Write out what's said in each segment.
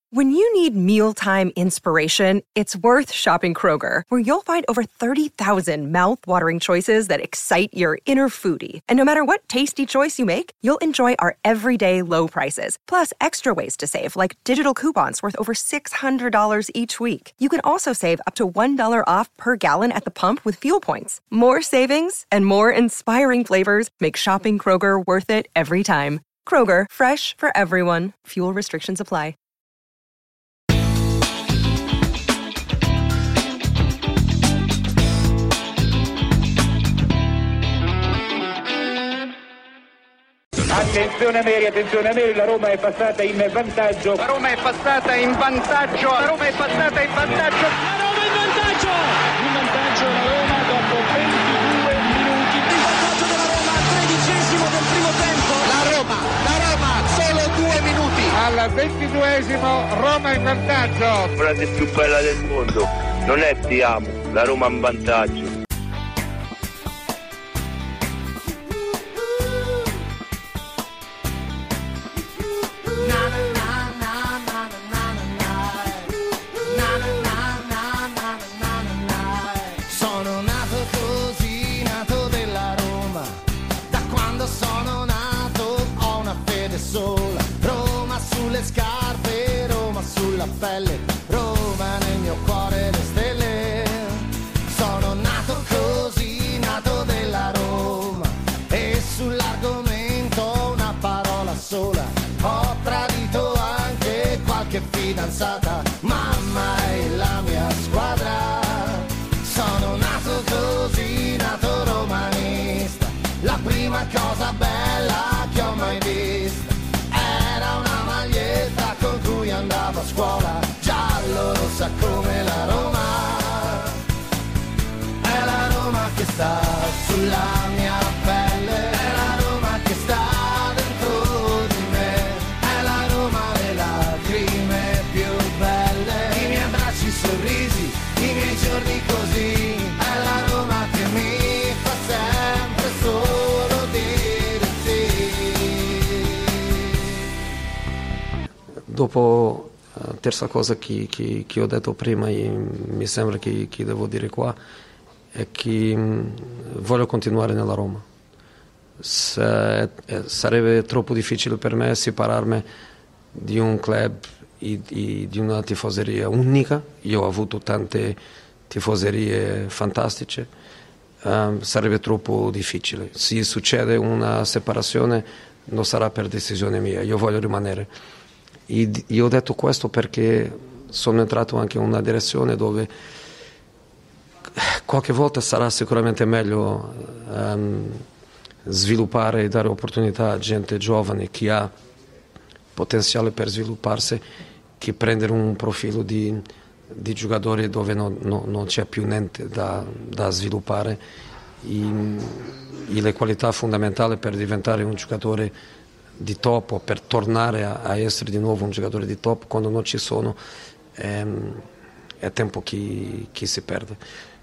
When you need mealtime inspiration, it's worth shopping Kroger, where you'll find over 30,000 mouth-watering choices that excite your inner foodie. And no matter what tasty choice you make, you'll enjoy our everyday low prices, plus extra ways to save, like digital coupons worth over $600 each week. You can also save up to $1 off per gallon at the pump with fuel points. More savings and more inspiring flavors make shopping Kroger worth it every time. Kroger, fresh for everyone. Fuel restrictions apply. Attenzione Ameri, la Roma è passata in vantaggio. La Roma è passata in vantaggio. La Roma è passata in vantaggio. La Roma in vantaggio. In vantaggio la Roma dopo 22 minuti. In vantaggio della Roma al 13° del primo tempo. La Roma, solo 2 minuti. Al 22esimo Roma in vantaggio. La frase più bella del mondo non è ti amo, la Roma in vantaggio. Pelle, Roma nel mio cuore le stelle. Sono nato così, nato della Roma, e sull'argomento una parola sola. Ho tradito anche qualche fidanzata, mamma è la mia squadra. Sono nato così, nato romanista. La prima cosa bella che ho mai vista era una maglietta con cui andavo a scuola, giallo-rossa come la Roma. È la Roma che sta sulla mia pelle, è la Roma che sta dentro di me, è la Roma le lacrime più belle, i miei abbracci, i sorrisi, i miei giorni così, è la Roma che mi fa sempre solo dire sì. Dopo terza cosa che ho detto prima, mi sembra che devo dire qua, è che voglio continuare nella Roma. Sarebbe troppo difficile per me separarmi di un club e di una tifoseria unica. Io ho avuto tante tifoserie fantastiche, sarebbe troppo difficile. Se succede una separazione non sarà per decisione mia, io voglio rimanere. Io ho detto questo perché sono entrato anche in una direzione dove qualche volta sarà sicuramente meglio sviluppare e dare opportunità a gente giovane che ha potenziale per svilupparsi, che prendere un profilo di giocatori dove non c'è più niente da sviluppare e le qualità fondamentali per diventare un giocatore di top, o per tornare a essere di nuovo un giocatore di top, quando non ci sono è tempo che si perde.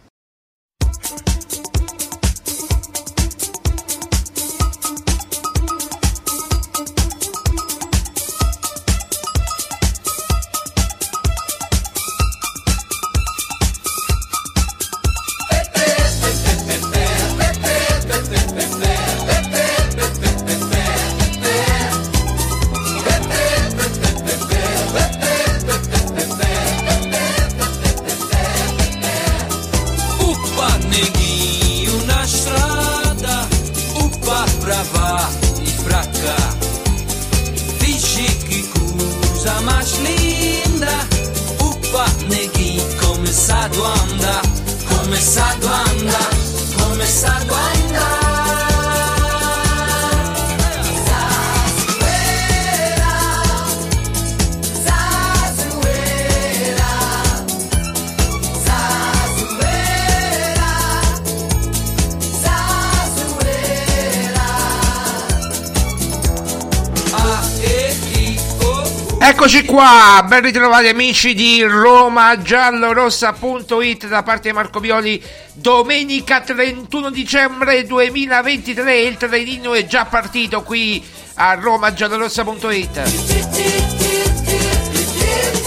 Eccoci qua, ben ritrovati amici di RomaGiallorossa.it da parte di Marco Violi. Domenica 31 dicembre 2023, il trenino è già partito qui a RomaGiallorossa.it.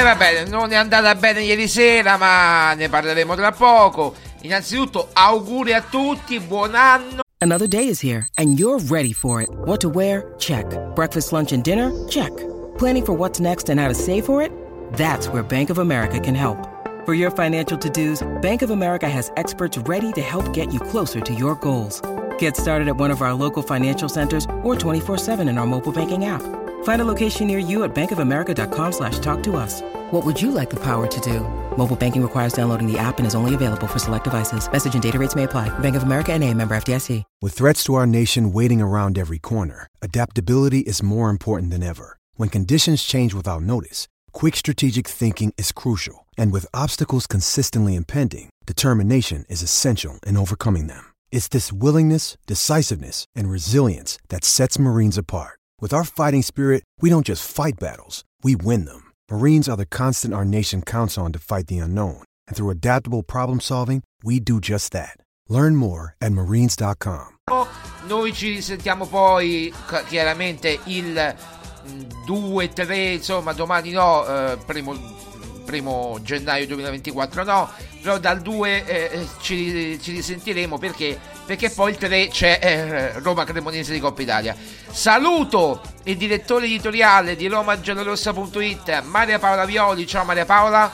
Va bene, non è andata bene ieri sera, ma ne parleremo tra poco. Innanzitutto auguri a tutti, buon anno. Another day is here, and you're ready for it. What to wear? Check. Breakfast, lunch, and dinner? Check. Planning for what's next and how to save for it? That's where Bank of America can help. For your financial to-dos, Bank of America has experts ready to help get you closer to your goals. Get started at one of our local financial centers or 24/7 in our mobile banking app. Find a location near you at bankofamerica.com/talktous. What would you like the power to do? Mobile banking requires downloading the app and is only available for select devices. Message and data rates may apply. Bank of America NA, member FDIC. With threats to our nation waiting around every corner, adaptability is more important than ever. When conditions change without notice, quick strategic thinking is crucial. And with obstacles consistently impending, determination is essential in overcoming them. It's this willingness, decisiveness, and resilience that sets Marines apart. With our fighting spirit, we don't just fight battles, we win them. Marines are the constant our nation counts on to fight the unknown. And through adaptable problem solving, we do just that. Learn more at marines.com. Noi ci risentiamo poi chiaramente il 2-3, insomma domani no, primo gennaio 2024 no, però dal 2 ci risentiremo perché poi il 3 c'è Roma Cremonese di Coppa Italia. Saluto il direttore editoriale di romagiallorossa.it, Maria Paola Violi. Ciao Maria Paola.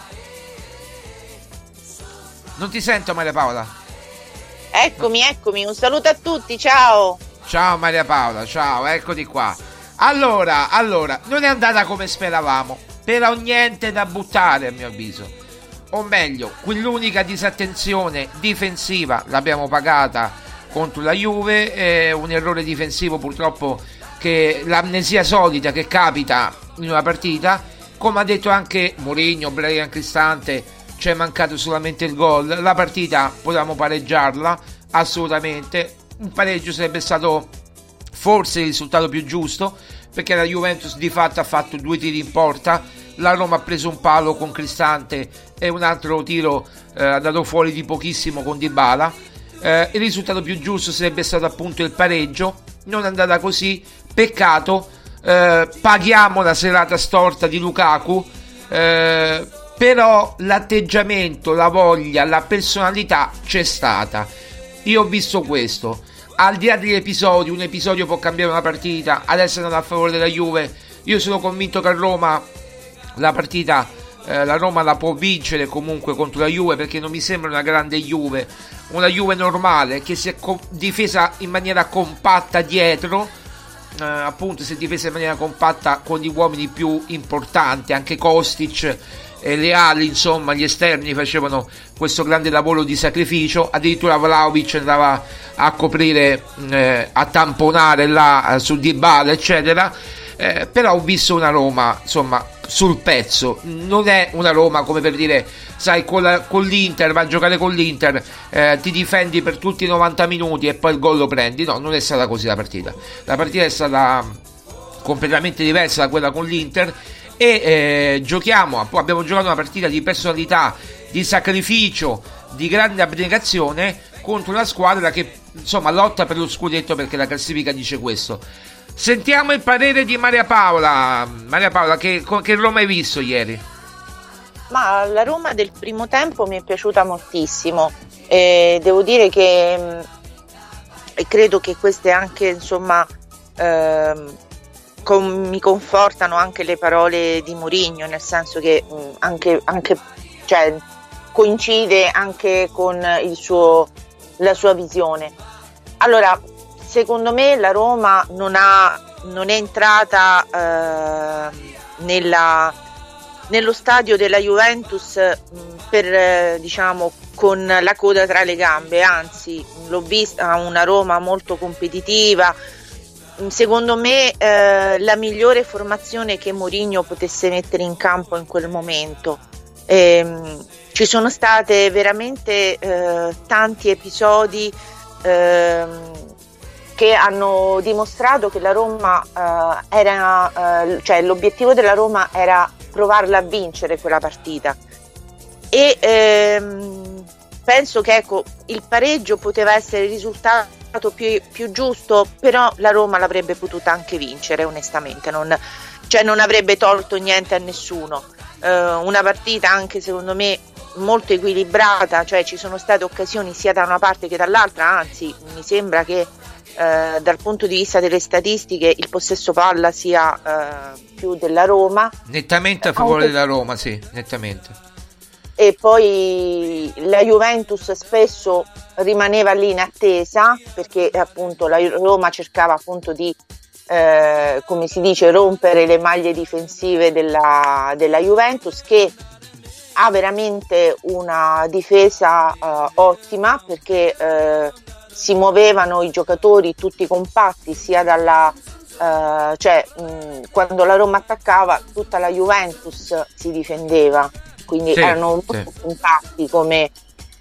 Non ti sento Maria Paola. Eccomi, un saluto a tutti, ciao. Ciao Maria Paola, ciao, eccoti qua. Allora, non è andata come speravamo, però niente da buttare a mio avviso. O meglio, quell'unica disattenzione difensiva l'abbiamo pagata contro la Juve, un errore difensivo purtroppo, che l'amnesia solita che capita in una partita, come ha detto anche Mourinho, Brian Cristante, ci è mancato solamente il gol. La partita potevamo pareggiarla, assolutamente, un pareggio sarebbe stato forse il risultato più giusto, perché la Juventus di fatto ha fatto 2 tiri in porta, la Roma ha preso un palo con Cristante e un altro tiro andato fuori di pochissimo con Dybala. Il risultato più giusto sarebbe stato appunto il pareggio, non è andata così, peccato. Paghiamo la serata storta di Lukaku, però l'atteggiamento, la voglia, la personalità c'è stata. Io ho visto questo. Al di là degli episodi, un episodio può cambiare una partita. Adesso è andata a favore della Juve. Io sono convinto che a Roma la partita la Roma la può vincere comunque contro la Juve, perché non mi sembra una grande Juve, una Juve normale che si è difesa in maniera compatta dietro, appunto si è difesa in maniera compatta con gli uomini più importanti, anche Kostic e Leali, insomma gli esterni facevano questo grande lavoro di sacrificio, addirittura Vlahovic andava a coprire, a tamponare là su Dybala eccetera, però ho visto una Roma insomma sul pezzo, non è una Roma come per dire, sai, con l'Inter, va a giocare con l'Inter, ti difendi per tutti i 90 minuti e poi il gol lo prendi. No, non è stata così la partita è stata completamente diversa da quella con l'Inter, e abbiamo giocato una partita di personalità, di sacrificio, di grande abnegazione contro una squadra che insomma lotta per lo scudetto, perché la classifica dice questo. Sentiamo il parere di Maria Paola. Maria Paola, che Roma hai visto ieri? Ma la Roma del primo tempo mi è piaciuta moltissimo, devo dire che credo che queste anche insomma mi confortano anche le parole di Mourinho, nel senso che anche cioè, coincide anche con la sua visione. Allora, secondo me la Roma non è entrata nello stadio della Juventus diciamo con la coda tra le gambe, anzi l'ho vista una Roma molto competitiva. Secondo me la migliore formazione che Mourinho potesse mettere in campo in quel momento. Ci sono state veramente tanti episodi che hanno dimostrato che la Roma cioè l'obiettivo della Roma era provarla a vincere quella partita, e penso che ecco, il pareggio poteva essere il risultato più giusto, però la Roma l'avrebbe potuta anche vincere, onestamente non avrebbe tolto niente a nessuno. una partita anche secondo me molto equilibrata, cioè ci sono state occasioni sia da una parte che dall'altra, anzi mi sembra che dal punto di vista delle statistiche il possesso palla sia più della Roma, nettamente a favore della Roma, sì, nettamente. E poi la Juventus spesso rimaneva lì in attesa, perché appunto la Roma cercava appunto di come si dice, rompere le maglie difensive della Juventus, che ha veramente una difesa ottima, perché si muovevano i giocatori tutti compatti, sia dalla quando la Roma attaccava tutta la Juventus si difendeva, quindi erano molto compatti come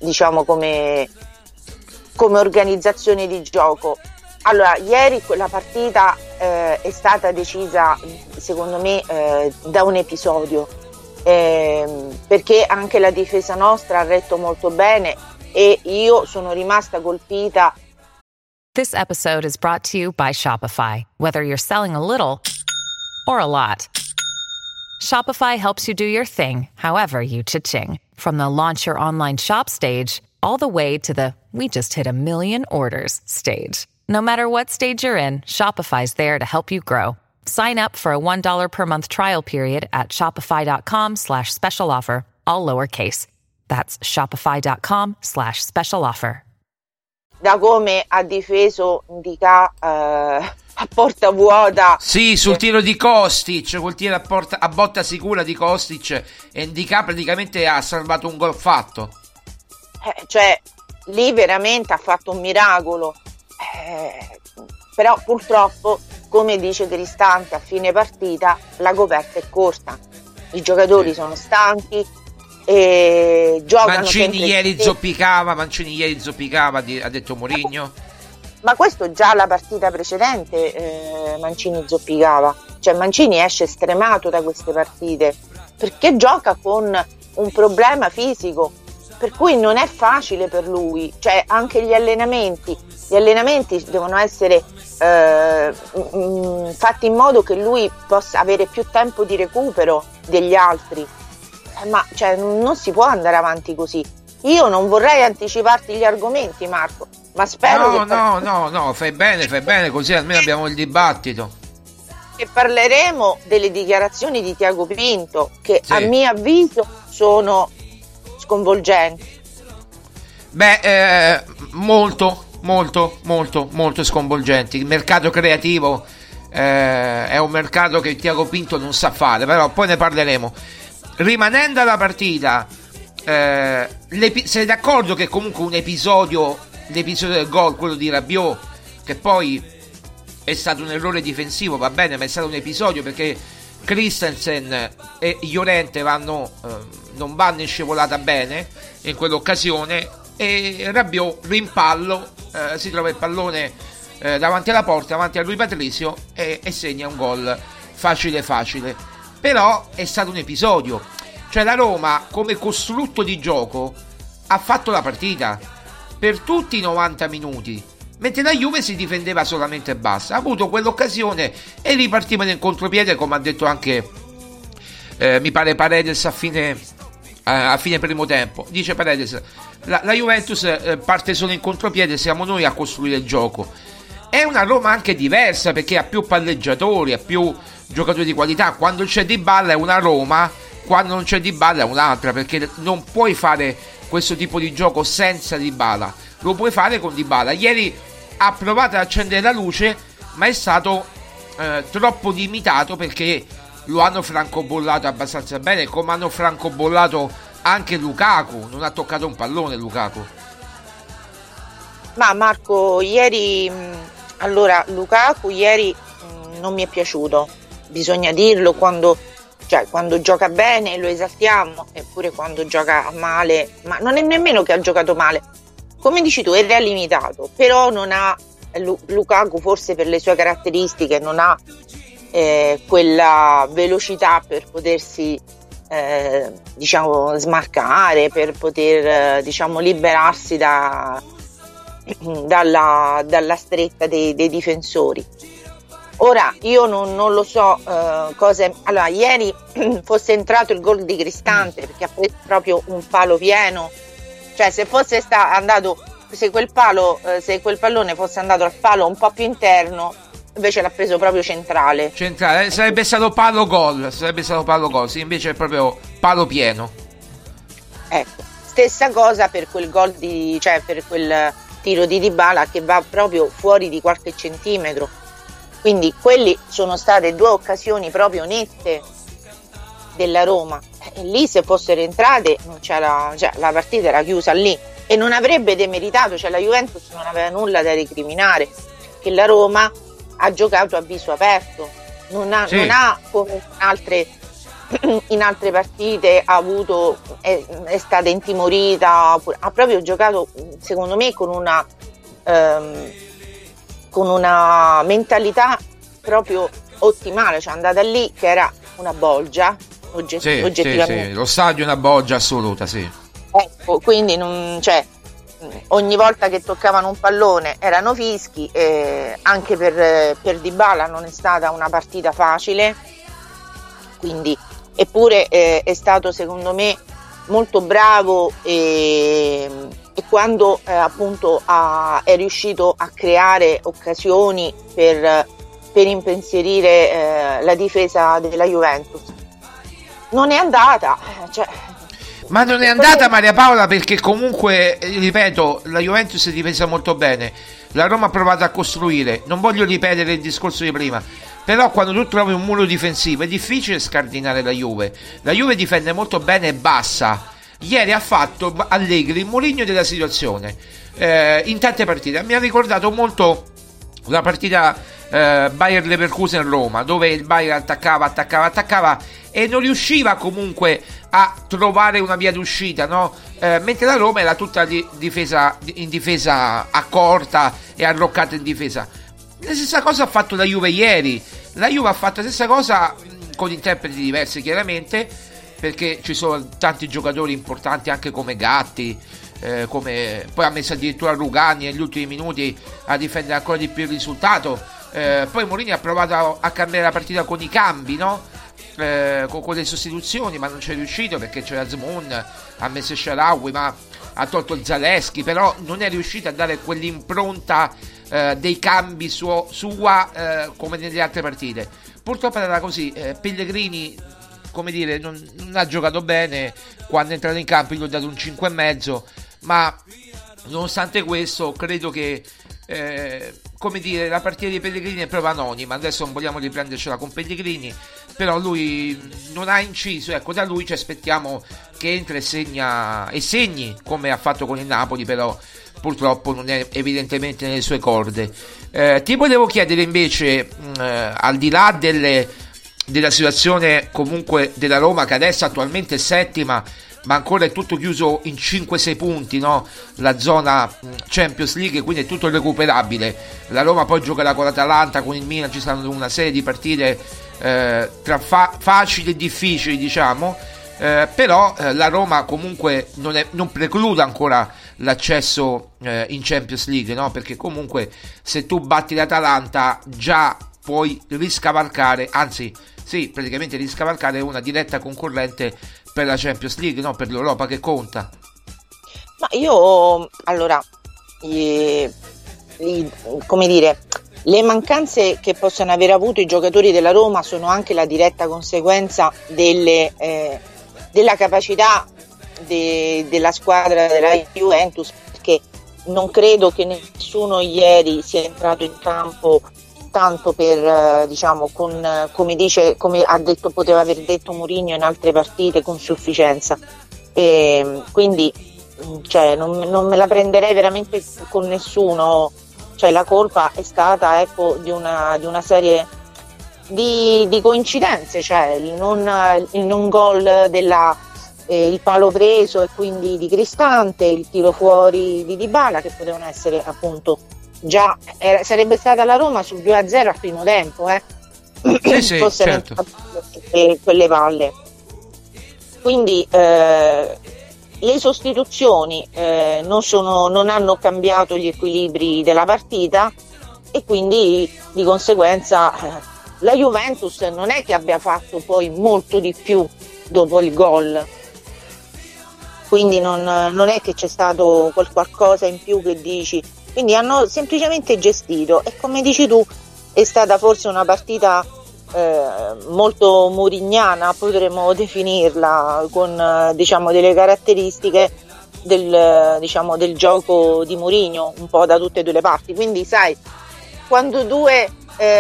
organizzazione di gioco. Allora, ieri quella partita è stata decisa secondo me da un episodio, perché anche la difesa nostra ha retto molto bene e io sono rimasta colpita. This episode is brought to you by Shopify. Whether you're selling a little or a lot, Shopify helps you do your thing, however you cha-ching. From the launch your online shop stage, all the way to the we just hit 1 million orders stage. No matter what stage you're in, Shopify's there to help you grow. Sign up for a $1 per month trial period at shopify.com/special offer, all lowercase. That's shopify.com/special offer. Da come ha difeso Ndicà a porta vuota. Sì, sul tiro di Kostic, col tiro a botta sicura di Kostic, e Ndicà praticamente ha salvato un gol fatto. Cioè, lì veramente ha fatto un miracolo. Però purtroppo, come dice Cristante a fine partita, la coperta è corta. I giocatori sono stanchi e giocano. Mancini ieri zoppicava, ha detto Mourinho. Ma questo già la partita precedente Mancini zoppicava. Cioè Mancini esce stremato da queste partite perché gioca con un problema fisico, per cui non è facile per lui. Cioè anche gli allenamenti devono essere fatti in modo che lui possa avere più tempo di recupero degli altri. Ma cioè, non si può andare avanti così. Io non vorrei anticiparti gli argomenti, Marco, ma spero No, fai bene, così almeno abbiamo il dibattito. E parleremo delle dichiarazioni di Tiago Pinto, che a mio avviso sono sconvolgenti. Molto sconvolgenti. Il mercato creativo è un mercato che Tiago Pinto non sa fare, però poi ne parleremo. Rimanendo alla partita, sei d'accordo che comunque l'episodio del gol, quello di Rabiot, che poi è stato un errore difensivo, va bene, ma è stato un episodio perché Christensen e Llorente non vanno in scivolata bene in quell'occasione, e Rabiot rimpallo, si trova il pallone davanti alla porta, davanti a Rui Patricio, e segna un gol facile. Però è stato un episodio, cioè la Roma come costrutto di gioco ha fatto la partita per tutti i 90 minuti, mentre la Juve si difendeva solamente e basta. Ha avuto quell'occasione e ripartiva nel contropiede, come ha detto anche mi pare Paredes a fine primo tempo. Dice Paredes, la Juventus parte solo in contropiede, siamo noi a costruire il gioco. È una Roma anche diversa perché ha più palleggiatori, ha più giocatori di qualità. Quando c'è Dybala è una Roma, quando non c'è Dybala è un'altra, perché non puoi fare questo tipo di gioco senza Dybala, lo puoi fare con Dybala. Ieri ha provato ad accendere la luce, ma è stato troppo limitato, perché lo hanno francobollato abbastanza bene, come hanno francobollato anche Lukaku. Non ha toccato un pallone Lukaku. Ma Marco, Lukaku ieri non mi è piaciuto, bisogna dirlo. Quando gioca bene lo esaltiamo, eppure quando gioca male, ma non è nemmeno che ha giocato male, come dici tu, era limitato. Però non ha Lukaku, forse per le sue caratteristiche, non ha quella velocità per potersi smarcare, per poter liberarsi dalla stretta dei difensori. Ora io non lo so cosa. Allora, ieri fosse entrato il gol di Cristante perché ha preso proprio un palo pieno, cioè se fosse andato, se quel pallone fosse andato al palo un po' più interno, invece l'ha preso proprio centrale, sarebbe stato palo gol, sì, invece è proprio palo pieno. Ecco, stessa cosa per quel gol per quel tiro di Dybala che va proprio fuori di qualche centimetro. Quindi quelli sono state 2 occasioni proprio nette della Roma, e lì se fossero entrate non c'era, cioè, la partita era chiusa lì e non avrebbe demeritato, cioè la Juventus non aveva nulla da recriminare, che la Roma ha giocato a viso aperto, non ha come in altre partite è stata intimorita, ha proprio giocato secondo me con una mentalità proprio ottimale, cioè andata lì che era una bolgia oggettivamente. Sì, lo stadio è una bolgia assoluta, sì. Ecco, quindi ogni volta che toccavano un pallone erano fischi, anche per Dybala non è stata una partita facile, quindi eppure è stato secondo me molto bravo e quando appunto è riuscito a creare occasioni per impensierire la difesa della Juventus. Non è andata, ma non è andata Maria Paola, perché comunque, ripeto, la Juventus si è difesa molto bene, la Roma ha provato a costruire, non voglio ripetere il discorso di prima, però quando tu trovi un muro difensivo è difficile scardinare la Juve difende molto bene e bassa. Ieri ha fatto Allegri il Mourinho della situazione in tante partite. Mi ha ricordato molto la partita Bayer Leverkusen-Roma, dove il Bayern attaccava e non riusciva comunque a trovare una via d'uscita, no? Mentre la Roma era tutta in difesa accorta e arroccata in difesa. La stessa cosa ha fatto la Juve ieri. La Juve ha fatto la stessa cosa con interpreti diversi, chiaramente, perché ci sono tanti giocatori importanti anche come Gatti, poi ha messo addirittura Rugani negli ultimi minuti a difendere ancora di più il risultato. Poi Mourinho ha provato a cambiare la partita con i cambi, no? Con le sostituzioni, ma non c'è riuscito perché c'era Zmoun, ha messo Shaarawy, ma ha tolto Zalewski, però non è riuscito a dare quell'impronta dei cambi sua come nelle altre partite. Purtroppo era così. Pellegrini, come dire, non ha giocato bene. Quando è entrato in campo gli ho dato un 5,5, ma nonostante questo credo che come dire, la partita di Pellegrini è proprio anonima. Adesso non vogliamo riprendercela con Pellegrini, però lui non ha inciso, ecco, da lui ci aspettiamo che entra e segni come ha fatto con il Napoli, però purtroppo non è evidentemente nelle sue corde. Ti volevo chiedere invece, al di là della situazione comunque della Roma, che adesso attualmente è settima, ma ancora è tutto chiuso in 5-6 punti, no? La zona Champions League, quindi è tutto recuperabile. La Roma poi giocherà con l'Atalanta, con il Milan, ci saranno una serie di partite tra facili e difficili, diciamo, però la Roma comunque non preclude ancora l'accesso in Champions League, no? Perché comunque se tu batti l'Atalanta già puoi riscavalcare, anzi sì, praticamente riscavalcare una diretta concorrente per la Champions League, no? Per l'Europa che conta. Ma io, allora, come dire, le mancanze che possono aver avuto i giocatori della Roma sono anche la diretta conseguenza della capacità della squadra della Juventus, perché non credo che nessuno ieri sia entrato in campo tanto per diciamo come poteva aver detto Mourinho in altre partite, con sufficienza, e quindi non me la prenderei veramente con nessuno, cioè la colpa è stata, ecco, di una serie di coincidenze, cioè il non gol il palo preso e quindi di Cristante, il tiro fuori di Dybala, che potevano essere appunto già sarebbe stata la Roma sul 2-0 al primo tempo, sì, certo. Quelle palle. Quindi le sostituzioni non hanno cambiato gli equilibri della partita, e quindi di conseguenza la Juventus non è che abbia fatto poi molto di più dopo il gol, quindi non è che c'è stato quel qualcosa in più che dici, quindi hanno semplicemente gestito, e come dici tu è stata forse una partita molto murignana, potremmo definirla, con diciamo delle caratteristiche del gioco di Mourinho un po' da tutte e due le parti. Quindi sai, quando due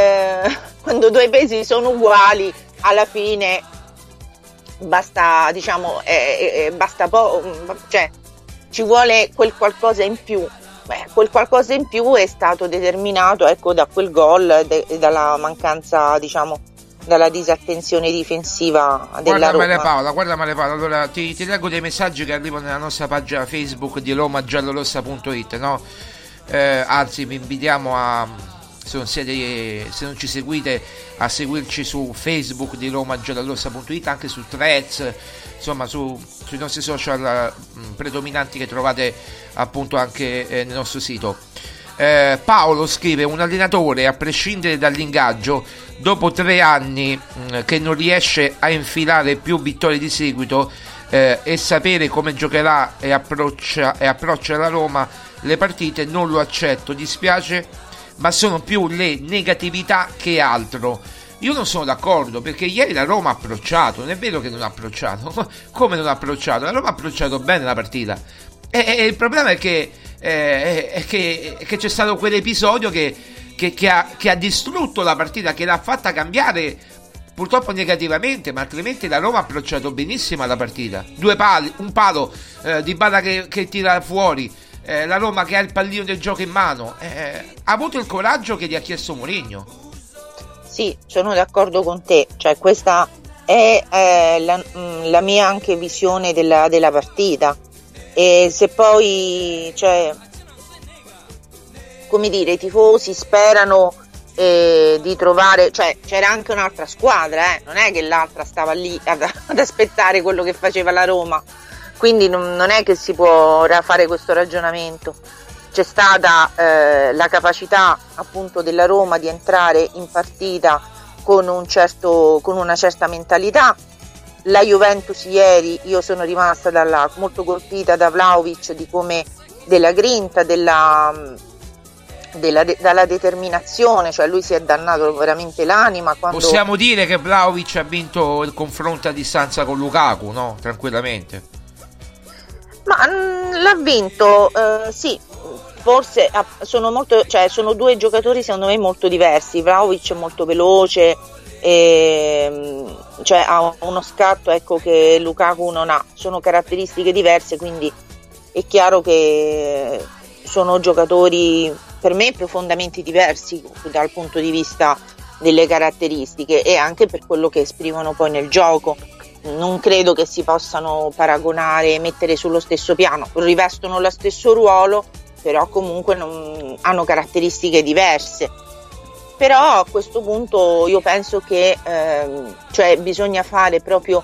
pesi sono uguali, alla fine basta, diciamo, basta cioè ci vuole quel qualcosa in più. Quel qualcosa in più è stato determinato, ecco, da quel gol e dalla mancanza, diciamo, dalla disattenzione difensiva della Roma. Guarda Maria Paola, allora ti leggo dei messaggi che arrivano nella nostra pagina Facebook di romagiallorossa.it, no? Anzi, vi invitiamo se non ci seguite, a seguirci su Facebook di romagiallorossa.it, anche su Threads, insomma sui nostri social predominanti che trovate appunto anche nel nostro sito. Paolo scrive: un allenatore, a prescindere dall'ingaggio, dopo 3 anni che non riesce a infilare più vittorie di seguito e sapere come giocherà e approccia la Roma le partite, non lo accetto, dispiace, ma sono più le negatività che altro. Io non sono d'accordo, perché ieri la Roma ha approcciato, non è vero che non ha approcciato. Come non ha approcciato? La Roma ha approcciato bene la partita, e il problema è che c'è stato quell'episodio che ha distrutto la partita, che l'ha fatta cambiare purtroppo negativamente, ma altrimenti la Roma ha approcciato benissimo alla partita. 2 pali, un palo, Dybala che tira fuori, la Roma che ha il pallino del gioco in mano, ha avuto il coraggio che gli ha chiesto Mourinho. Sì, sono d'accordo con te, cioè questa è la mia anche visione della partita. E se poi, cioè, come dire, i tifosi sperano di trovare, cioè c'era anche un'altra squadra, non è che l'altra stava lì ad aspettare quello che faceva la Roma, quindi non è che si può fare questo ragionamento. C'è stata la capacità appunto della Roma di entrare in partita con una certa mentalità. La Juventus ieri, io sono rimasta molto colpita da Vlahovic, di come, della grinta, dalla determinazione, cioè lui si è dannato veramente l'anima quando... Possiamo dire che Vlahovic ha vinto il confronto a distanza con Lukaku, no? Tranquillamente. Ma l'ha vinto, sì, forse sono 2 giocatori secondo me molto diversi. Vlahovic è molto veloce, cioè ha uno scatto, ecco, che Lukaku non ha, sono caratteristiche diverse, quindi è chiaro che sono giocatori per me profondamente diversi dal punto di vista delle caratteristiche e anche per quello che esprimono poi nel gioco. Non credo che si possano paragonare e mettere sullo stesso piano, rivestono lo stesso ruolo, però comunque hanno caratteristiche diverse. Però a questo punto io penso che cioè bisogna fare proprio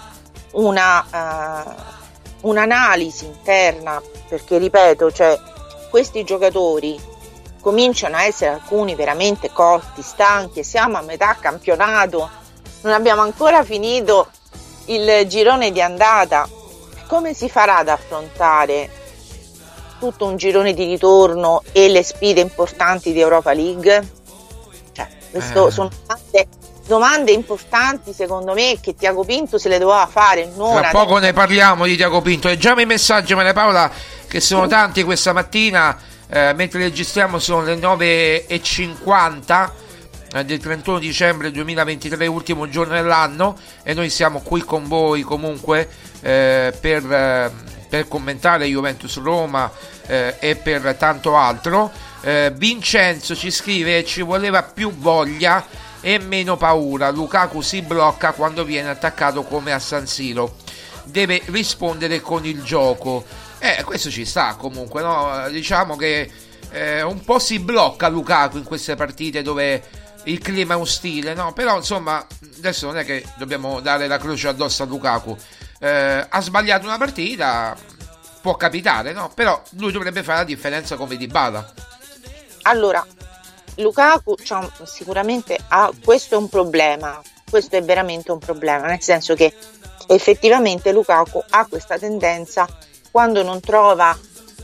un'analisi interna, perché ripeto, cioè, questi giocatori cominciano a essere alcuni veramente cotti, stanchi, e siamo a metà campionato, non abbiamo ancora finito il girone di andata. Come si farà ad affrontare tutto un girone di ritorno e le sfide importanti di Europa League? Cioè, questo sono domande importanti, secondo me, che Tiago Pinto se le doveva fare. Tra poco ne parliamo di Tiago Pinto. Leggiamo i messaggi, Maria Paola, che sono tanti questa mattina. Mentre registriamo sono le 9:50 del 31 dicembre 2023, ultimo giorno dell'anno, e noi siamo qui con voi comunque per commentare Juventus Roma e per tanto altro. Vincenzo ci scrive: ci voleva più voglia e meno paura, Lukaku si blocca quando viene attaccato come a San Siro, deve rispondere con il gioco. Questo ci sta comunque, no? Diciamo che un po' si blocca Lukaku in queste partite dove il clima è ostile, no? Però insomma adesso non è che dobbiamo dare la croce addosso a Lukaku, ha sbagliato una partita, può capitare, no? Però lui dovrebbe fare la differenza come Dybala. Allora, Lukaku sicuramente questo è un problema, questo è veramente un problema, nel senso che effettivamente Lukaku ha questa tendenza, quando non trova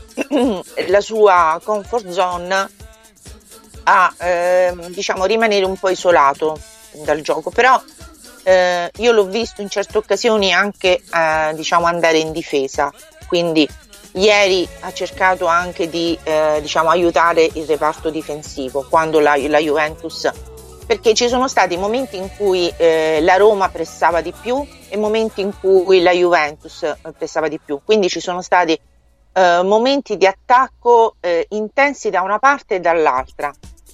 la sua comfort zone, a rimanere un po' isolato dal gioco, però io l'ho visto in certe occasioni anche andare in difesa, quindi ieri ha cercato anche di aiutare il reparto difensivo quando la Juventus, perché ci sono stati momenti in cui la Roma pressava di più e momenti in cui la Juventus pressava di più, quindi ci sono stati momenti di attacco intensi da una parte e dall'altra,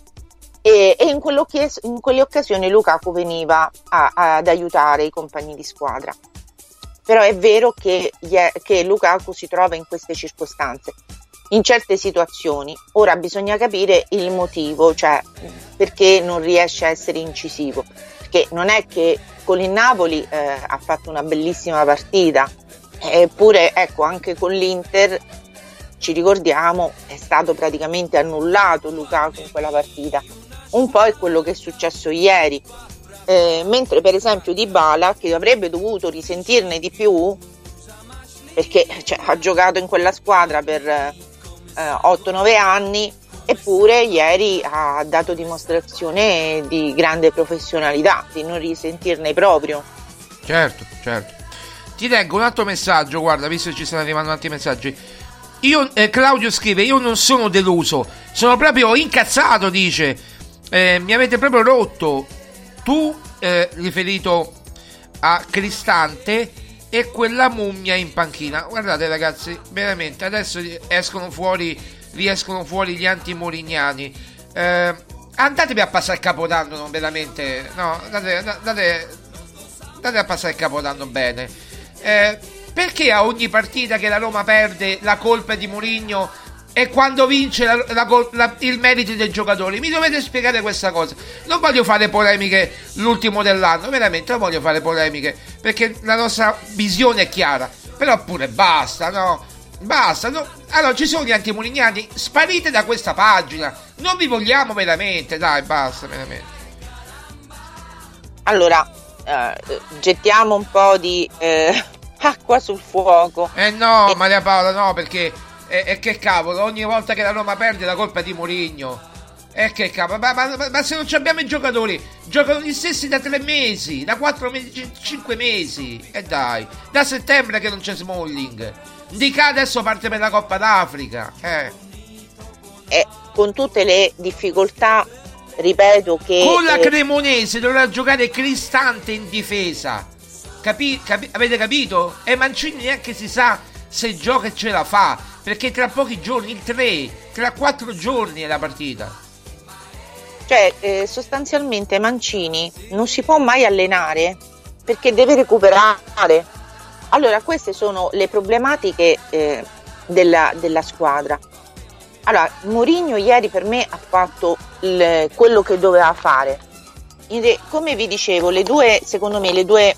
e in quelle occasioni Lukaku veniva ad aiutare i compagni di squadra. Però è vero che Lukaku si trova in queste circostanze, in certe situazioni. Ora bisogna capire il motivo, cioè perché non riesce a essere incisivo, perché non è che con il Napoli ha fatto una bellissima partita, eppure ecco, anche con l'Inter, ci ricordiamo, è stato praticamente annullato Lukaku in quella partita. Un po' è quello che è successo ieri, mentre per esempio Dybala, che avrebbe dovuto risentirne di più, perché ha giocato in quella squadra per 8-9 anni, eppure ieri ha dato dimostrazione di grande professionalità, di non risentirne proprio. Certo. Ti leggo un altro messaggio, guarda, visto che ci stanno arrivando altri messaggi. Claudio scrive: io non sono deluso, sono proprio incazzato, dice. Mi avete proprio rotto. Tu, riferito a Cristante e quella mummia in panchina. Guardate ragazzi, veramente adesso riescono fuori gli anti-morignani. Andatevi a passare il Capodanno, non veramente. No, andate a passare il Capodanno bene. Perché a ogni partita che la Roma perde la colpa è di Mourinho e quando vince il merito dei giocatori? Mi dovete spiegare questa cosa. Non voglio fare polemiche l'ultimo dell'anno, veramente non voglio fare polemiche, perché la nostra visione è chiara. Però pure basta, no? Basta, no? Allora ci sono gli antimurignani, sparite da questa pagina, non vi vogliamo veramente, dai, basta veramente. Allora gettiamo un po' di acqua sul fuoco. No, Maria Paola, no, perché che cavolo, ogni volta che la Roma perde la colpa è di Mourinho. Che cavolo, ma se non abbiamo i giocatori, giocano gli stessi da 3 mesi, da 4 mesi, 5 mesi. E dai, da settembre che non c'è Smalling. Dica adesso parte per la Coppa d'Africa. Con tutte le difficoltà, ripeto che con la Cremonese dovrà giocare Cristante in difesa. Avete capito? E Mancini neanche si sa se gioca e ce la fa, perché tra pochi giorni, tra 4 giorni è la partita. Cioè sostanzialmente Mancini non si può mai allenare perché deve recuperare. Allora queste sono le problematiche della squadra. Allora Mourinho ieri per me ha fatto quello che doveva fare. Come vi dicevo, secondo me le due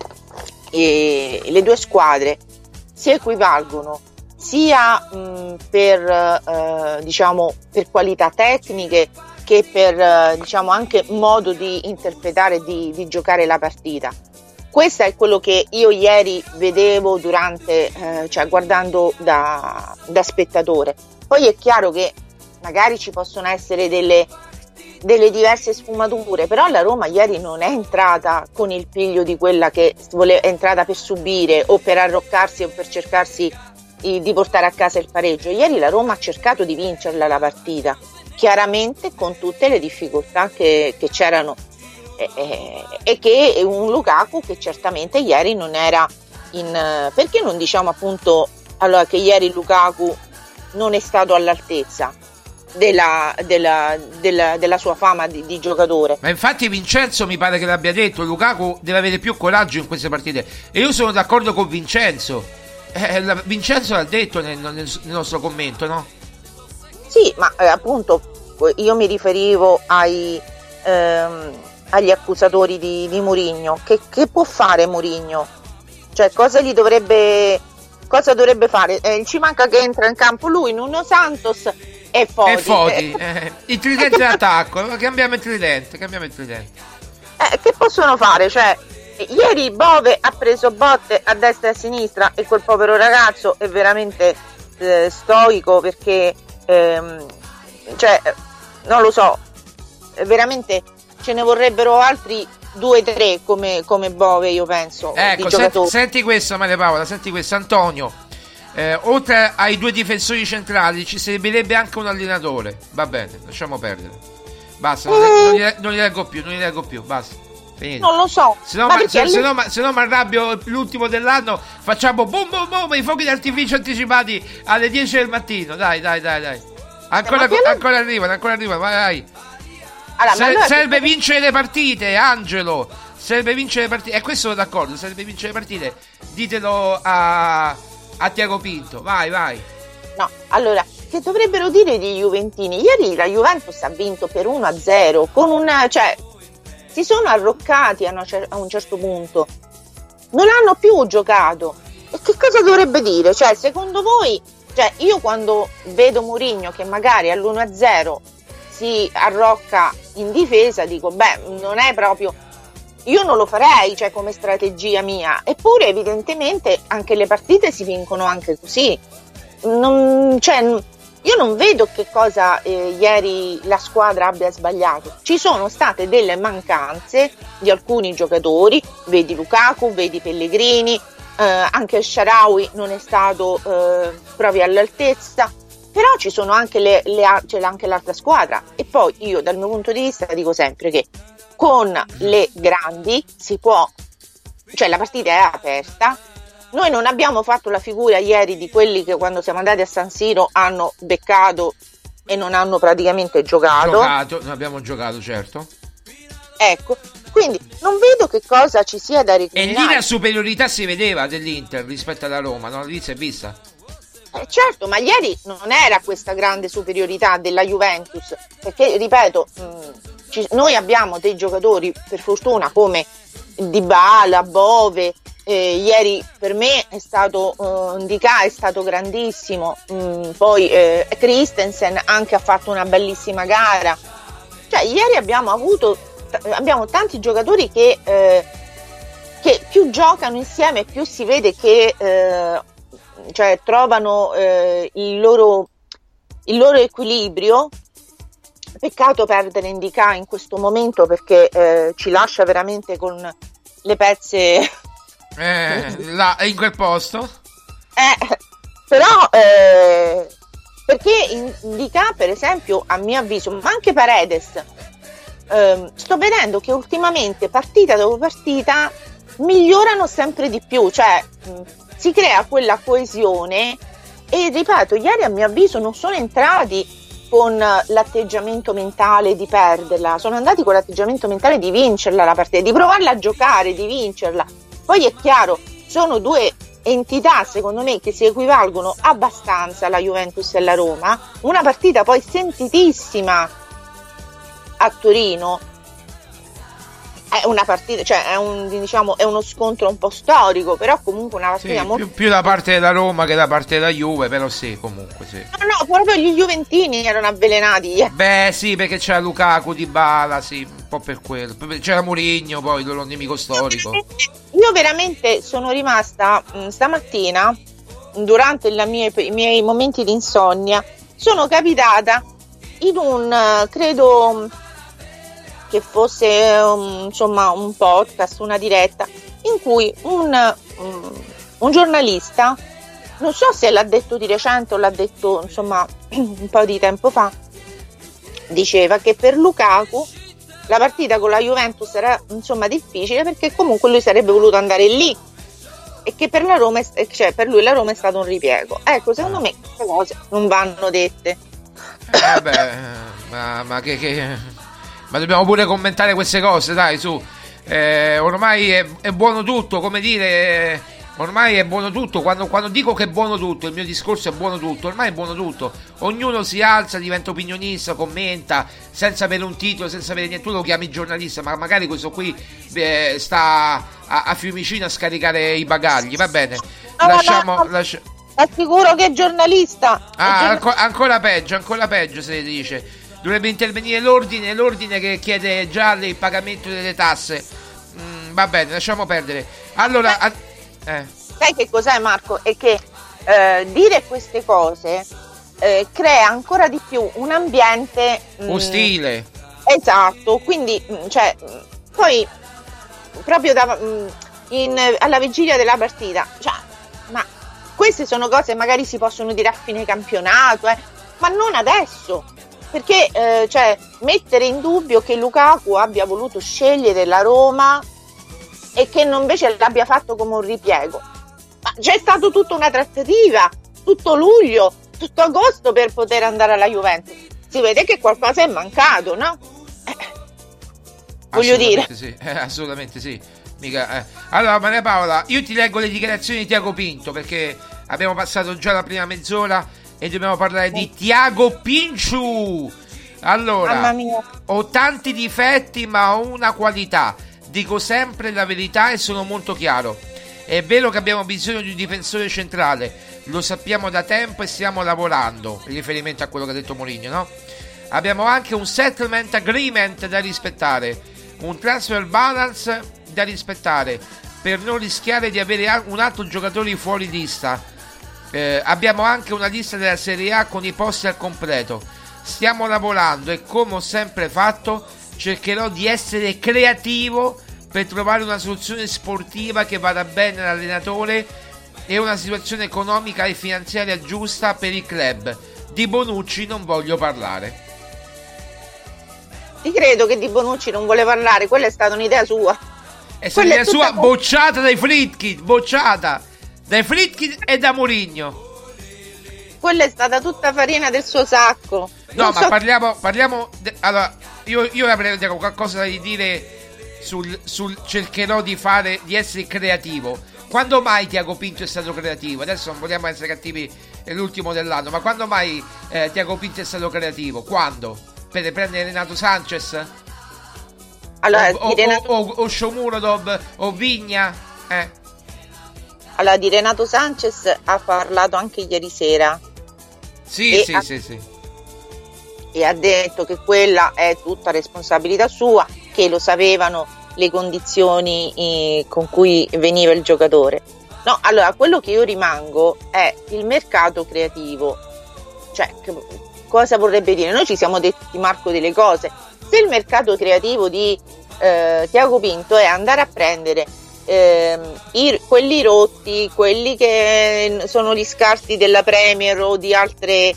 squadre si equivalgono sia per qualità tecniche che per anche modo di interpretare, di giocare la partita. Questo è quello che io ieri vedevo guardando da spettatore. Poi è chiaro che magari ci possono essere delle diverse sfumature, però la Roma ieri non è entrata con il piglio di quella che è entrata per subire o per arroccarsi o per cercarsi di portare a casa il pareggio. Ieri la Roma ha cercato di vincerla la partita, chiaramente con tutte le difficoltà che c'erano, e che un Lukaku che certamente ieri non era perché non diciamo appunto allora che ieri Lukaku non è stato all'altezza della sua fama di giocatore. Ma infatti Vincenzo mi pare che l'abbia detto, Lukaku deve avere più coraggio in queste partite, e io sono d'accordo con Vincenzo. Vincenzo l'ha detto nel nostro commento, no? Sì, ma appunto io mi riferivo agli accusatori di Mourinho. Che può fare Mourinho? Cioè cosa dovrebbe fare? Ci manca che entra in campo lui, Nuno Santos, e Foti. Il tridente d'attacco, cambiamo il tridente. Che possono fare? Cioè, ieri Bove ha preso botte a destra e a sinistra e quel povero ragazzo è veramente stoico, perché cioè, non lo so, veramente ce ne vorrebbero altri 2-3 come Bove, io penso. Ecco, senti questo, Maria Paola, senti questo, Antonio. Oltre ai 2 difensori centrali ci servirebbe anche un allenatore. Va bene, lasciamo perdere. Basta, non li leggo più, basta. Finito. Non lo so. Se no mi arrabbio l'ultimo dell'anno, facciamo boom boom boom, i fuochi d'artificio anticipati alle 10 del mattino. Dai. Ancora arrivano, vai. Allora, serve vincere le partite, Angelo. Serve vincere le partite. E questo sono d'accordo, serve vincere le partite. Ditelo a Tiago Pinto. Vai. No, allora, che dovrebbero dire gli juventini? Ieri la Juventus ha vinto per 1-0 con cioè si sono arroccati a un certo punto, non hanno più giocato. E che cosa dovrebbe dire? Cioè, secondo voi, cioè, io quando vedo Mourinho che magari all'1-0 si arrocca in difesa, dico, non è proprio, io non lo farei, cioè, come strategia mia. Eppure evidentemente anche le partite si vincono anche così. Io non vedo che cosa ieri la squadra abbia sbagliato. Ci sono state delle mancanze di alcuni giocatori, vedi Lukaku, vedi Pellegrini, anche il Shaarawy non è stato proprio all'altezza, però ci sono anche c'è anche l'altra squadra. E poi io, dal mio punto di vista, dico sempre che con le grandi si può, cioè la partita è aperta. Noi non abbiamo fatto la figura ieri di quelli che quando siamo andati a San Siro hanno beccato e non hanno praticamente giocato. Non abbiamo giocato, certo. Ecco, quindi non vedo che cosa ci sia da recriminare. E lì la superiorità si vedeva dell'Inter rispetto alla Roma, no? Lì si è vista. Certo, ma ieri non era questa grande superiorità della Juventus, perché, ripeto, noi abbiamo dei giocatori, per fortuna, come Dybala, Bove. Ieri per me è stato Ndicà è stato grandissimo, poi Christensen anche ha fatto una bellissima gara. Cioè, ieri abbiamo tanti giocatori che più giocano insieme più si vede che cioè, trovano il loro equilibrio. Peccato perdere Ndicà in questo momento, perché ci lascia veramente con le pezze là in quel posto, però perché Ndicà, per esempio, a mio avviso, ma anche Paredes, sto vedendo che ultimamente partita dopo partita migliorano sempre di più, cioè si crea quella coesione. E ripeto, ieri a mio avviso non sono entrati con l'atteggiamento mentale di perderla, sono andati con l'atteggiamento mentale di vincerla la partita, di provarla a giocare, di vincerla. Poi è chiaro, sono 2 entità, secondo me, che si equivalgono abbastanza, la Juventus e la Roma. Una partita poi sentitissima a Torino, è una partita, cioè è uno scontro un po' storico, però comunque una partita molto più da parte della Roma che da parte della Juve, però comunque sì. No, proprio gli juventini erano avvelenati. Beh, sì, perché c'era Lukaku, Dybala, sì, un po' per quello. C'era Mourinho, poi il loro nemico storico. Io veramente sono rimasta stamattina, durante i miei momenti di insonnia, sono capitata in credo che fosse un podcast, una diretta, in cui un giornalista, non so se l'ha detto di recente o l'ha detto un po' di tempo fa, diceva che per Lukaku la partita con la Juventus era difficile, perché comunque lui sarebbe voluto andare lì e che per la Roma, cioè per lui la Roma è stato un ripiego. Ecco, secondo me queste cose non vanno dette. Ma dobbiamo pure commentare queste cose, dai, su. Ormai è buono tutto, come dire. Ormai è buono tutto. Quando dico che è buono tutto, il mio discorso è buono tutto. Ormai è buono tutto. Ognuno si alza, diventa opinionista, commenta, senza avere un titolo, senza avere niente. Tu lo chiami giornalista, ma magari questo qui sta a Fiumicino a scaricare i bagagli. Va bene. Assicuro che è giornalista. Ancora peggio se ne dice. Dovrebbe intervenire l'ordine che chiede già il pagamento delle tasse. Va bene, lasciamo perdere. Allora, sai che cos'è, Marco? È che dire queste cose crea ancora di più un ambiente ostile. Esatto, quindi poi proprio alla vigilia della partita, ma queste sono cose magari si possono dire a fine campionato, ma non adesso, perché mettere in dubbio che Lukaku abbia voluto scegliere la Roma e che non invece l'abbia fatto come un ripiego. Ma c'è stata tutta una trattativa, tutto luglio, tutto agosto per poter andare alla Juventus. Si vede che qualcosa è mancato, no? Voglio dire. Sì, assolutamente sì. Allora, Maria Paola, io ti leggo le dichiarazioni di Tiago Pinto, perché abbiamo passato già la prima mezz'ora e dobbiamo parlare di Tiago Pinciu. Allora, mamma mia. Ho tanti difetti ma ho una qualità. Dico sempre la verità e sono molto chiaro. È vero che abbiamo bisogno di un difensore centrale, lo sappiamo da tempo e stiamo lavorando, in riferimento a quello che ha detto Mourinho, no? Abbiamo anche un settlement agreement da rispettare, un transfer balance da rispettare, per non rischiare di avere un altro giocatore fuori lista. Abbiamo anche una lista della Serie A con i posti al completo. Stiamo lavorando e, come ho sempre fatto, cercherò di essere creativo per trovare una soluzione sportiva che vada bene all'allenatore e una situazione economica e finanziaria giusta per il club. Di Bonucci non voglio parlare. Ti credo che di Bonucci non vuole parlare, quella è stata un'idea sua. È stata un'idea sua bocciata dai Friedkin, e da Mourinho. Quella è stata tutta farina del suo sacco. No, ma parliamo allora, io avrei qualcosa da dire sul cercherò di essere creativo. Quando mai Tiago Pinto è stato creativo? Adesso non vogliamo essere cattivi, è l'ultimo dell'anno, ma quando mai Tiago Pinto è stato creativo? Quando? Per prendere Renato Sanchez? Allora, o Shomurodov o Vigna? Allora, di Renato Sanchez ha parlato anche ieri sera. Sì. E ha detto che quella è tutta responsabilità sua, che lo sapevano le condizioni con cui veniva il giocatore. No, allora, quello che io rimango è il mercato creativo. Cioè, cosa vorrebbe dire? Noi ci siamo detti, Marco, delle cose. Se il mercato creativo di Tiago Pinto è andare a prendere quelli rotti, quelli che sono gli scarti della Premier o di altre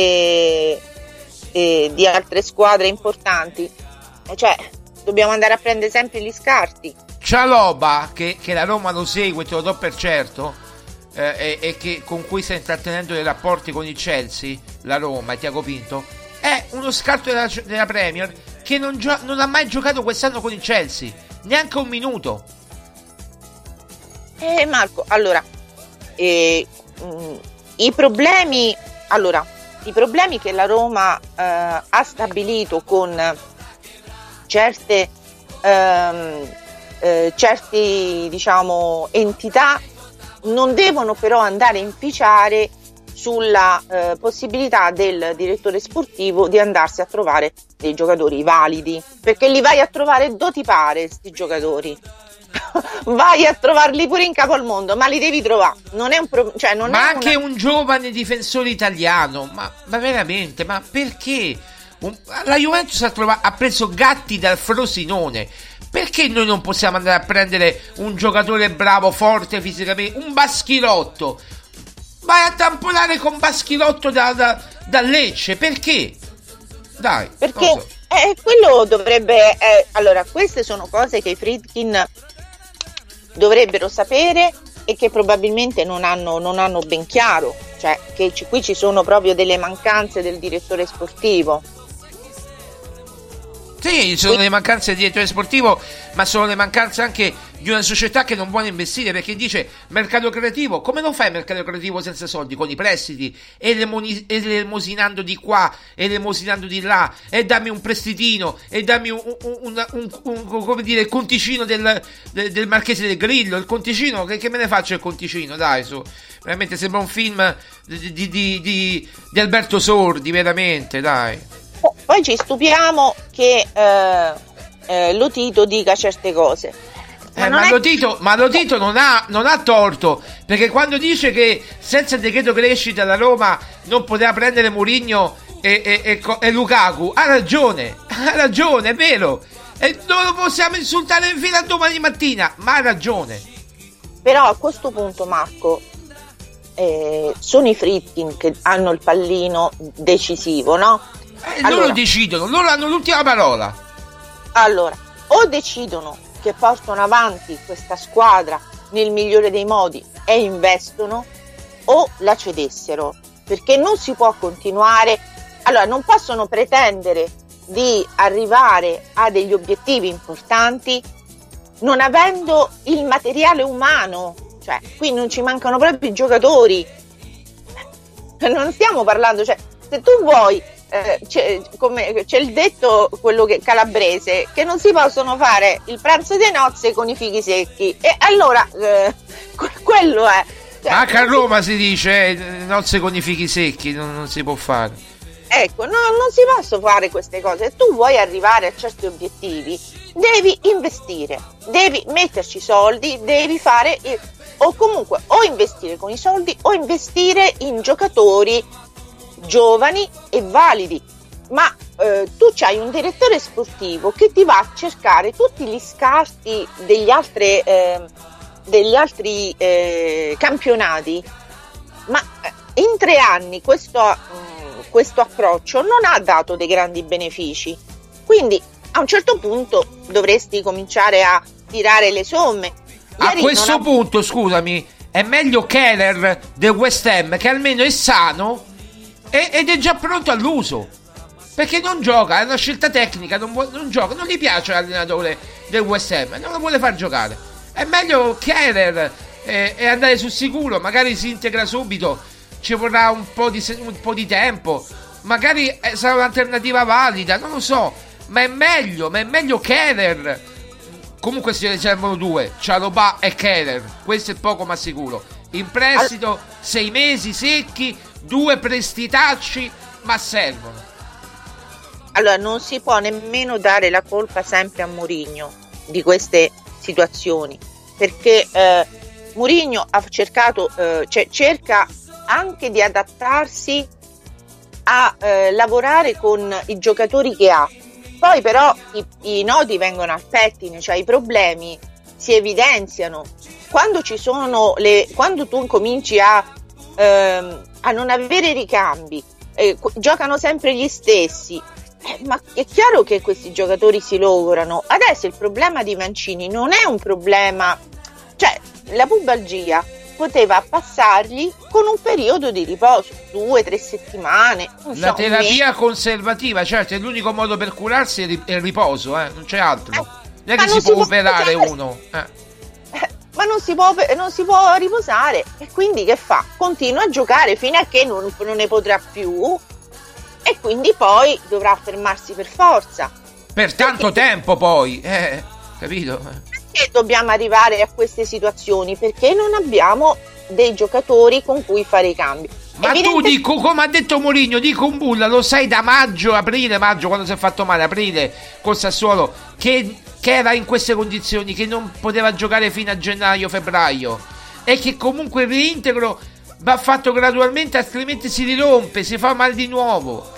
squadre importanti, cioè dobbiamo andare a prendere sempre gli scarti. Cialoba, che la Roma lo segue, te lo do per certo, e che con cui sta intrattenendo dei rapporti con il Chelsea, la Roma e Tiago Pinto, è uno scarto della Premier che non ha mai giocato quest'anno con il Chelsea, neanche un minuto. Marco, allora i problemi che la Roma ha stabilito con certi diciamo entità non devono però andare a inficiare sulla possibilità del direttore sportivo di andarsi a trovare dei giocatori validi, perché li vai a trovare dove ti pare sti giocatori. Vai a trovarli pure in capo al mondo, ma li devi trovare. Non è un anche un giovane difensore italiano, ma veramente, ma perché? La Juventus ha preso Gatti dal Frosinone. Perché noi non possiamo andare a prendere un giocatore bravo, forte fisicamente, un Baschirotto? Vai a tamponare con Baschirotto da Lecce, perché? Dai, perché quello dovrebbe allora, queste sono cose che i Friedkin dovrebbero sapere e che probabilmente non hanno ben chiaro, cioè che qui ci sono proprio delle mancanze del direttore sportivo. Sì, sono le mancanze del direttore sportivo, ma sono le mancanze anche di una società che non vuole investire, perché dice mercato creativo. Come lo fai il mercato creativo senza soldi? Con i prestiti, elemosinando di qua, elemosinando di là, e dammi un prestitino, e dammi come dire, il conticino del Marchese del Grillo, il conticino, che me ne faccio il conticino, dai, su, veramente sembra un film di Alberto Sordi, veramente, dai. Poi ci stupiamo che Lotito dica certe cose. Ma Lotito non ha torto, perché quando dice che senza il decreto crescita la Roma non poteva prendere Mourinho e Lukaku, ha ragione, è vero, e non lo possiamo insultare fino a domani mattina, ma ha ragione. Però a questo punto, Marco, sono i Friedkin che hanno il pallino decisivo, no? Allora, loro decidono, loro hanno l'ultima parola. Allora, o decidono che portano avanti questa squadra nel migliore dei modi e investono, o la cedessero, perché non si può continuare. Allora, non possono pretendere di arrivare a degli obiettivi importanti non avendo il materiale umano, cioè qui non ci mancano proprio i giocatori, non stiamo parlando, cioè se tu vuoi c'è il detto, quello che calabrese, che non si possono fare il pranzo di nozze con i fichi secchi, e allora quello è, cioè, anche a Roma si dice nozze con i fichi secchi non si può fare. Ecco, no, non si possono fare queste cose. Tu vuoi arrivare a certi obiettivi, devi investire, devi metterci soldi, devi fare o comunque o investire con i soldi o investire in giocatori giovani e validi. Ma tu c'hai un direttore sportivo che ti va a cercare tutti gli scarti degli altri campionati, ma in 3 anni questo approccio non ha dato dei grandi benefici, quindi a un certo punto dovresti cominciare a tirare le somme. A questo punto, scusami, è meglio Keller del West Ham, che almeno è sano ed è già pronto all'uso, perché non gioca, è una scelta tecnica, non gioca, non gli piace l'allenatore del West Ham, non lo vuole far giocare. È meglio Keller e andare sul sicuro, magari si integra subito, ci vorrà un po' di tempo, magari sarà un'alternativa valida, non lo so, ma è meglio Keller. Comunque se ne servono 2, Cialobà e Keller, questo è poco ma sicuro. In prestito 6 mesi secchi, 2 prestitacci, ma servono. Allora non si può nemmeno dare la colpa sempre a Mourinho di queste situazioni, perché Mourinho ha cercato, cerca anche di adattarsi a lavorare con i giocatori che ha. Poi però i nodi vengono al pettine, cioè i problemi si evidenziano quando ci sono quando tu cominci a non avere ricambi, giocano sempre gli stessi, ma è chiaro che questi giocatori si logorano. Adesso il problema di Mancini non è un problema, cioè la pubalgia poteva passargli con un periodo di riposo, 2-3 settimane. La terapia conservativa, certo, è l'unico modo per curarsi, è il riposo, non c'è altro. Non è che si può operare uno. Ma non si può riposare, e quindi che fa? Continua a giocare fino a che non ne potrà più, e quindi poi dovrà fermarsi per forza. Per tanto tempo poi, capito? Perché dobbiamo arrivare a queste situazioni? Perché non abbiamo dei giocatori con cui fare i cambi. Ma tu dico, come ha detto Mourinho, dico un bulla, lo sai da maggio, quando si è fatto male, aprile col Sassuolo, che era in queste condizioni, che non poteva giocare fino a gennaio, febbraio, e che comunque il reintegro va fatto gradualmente, altrimenti si rirompe, si fa male di nuovo.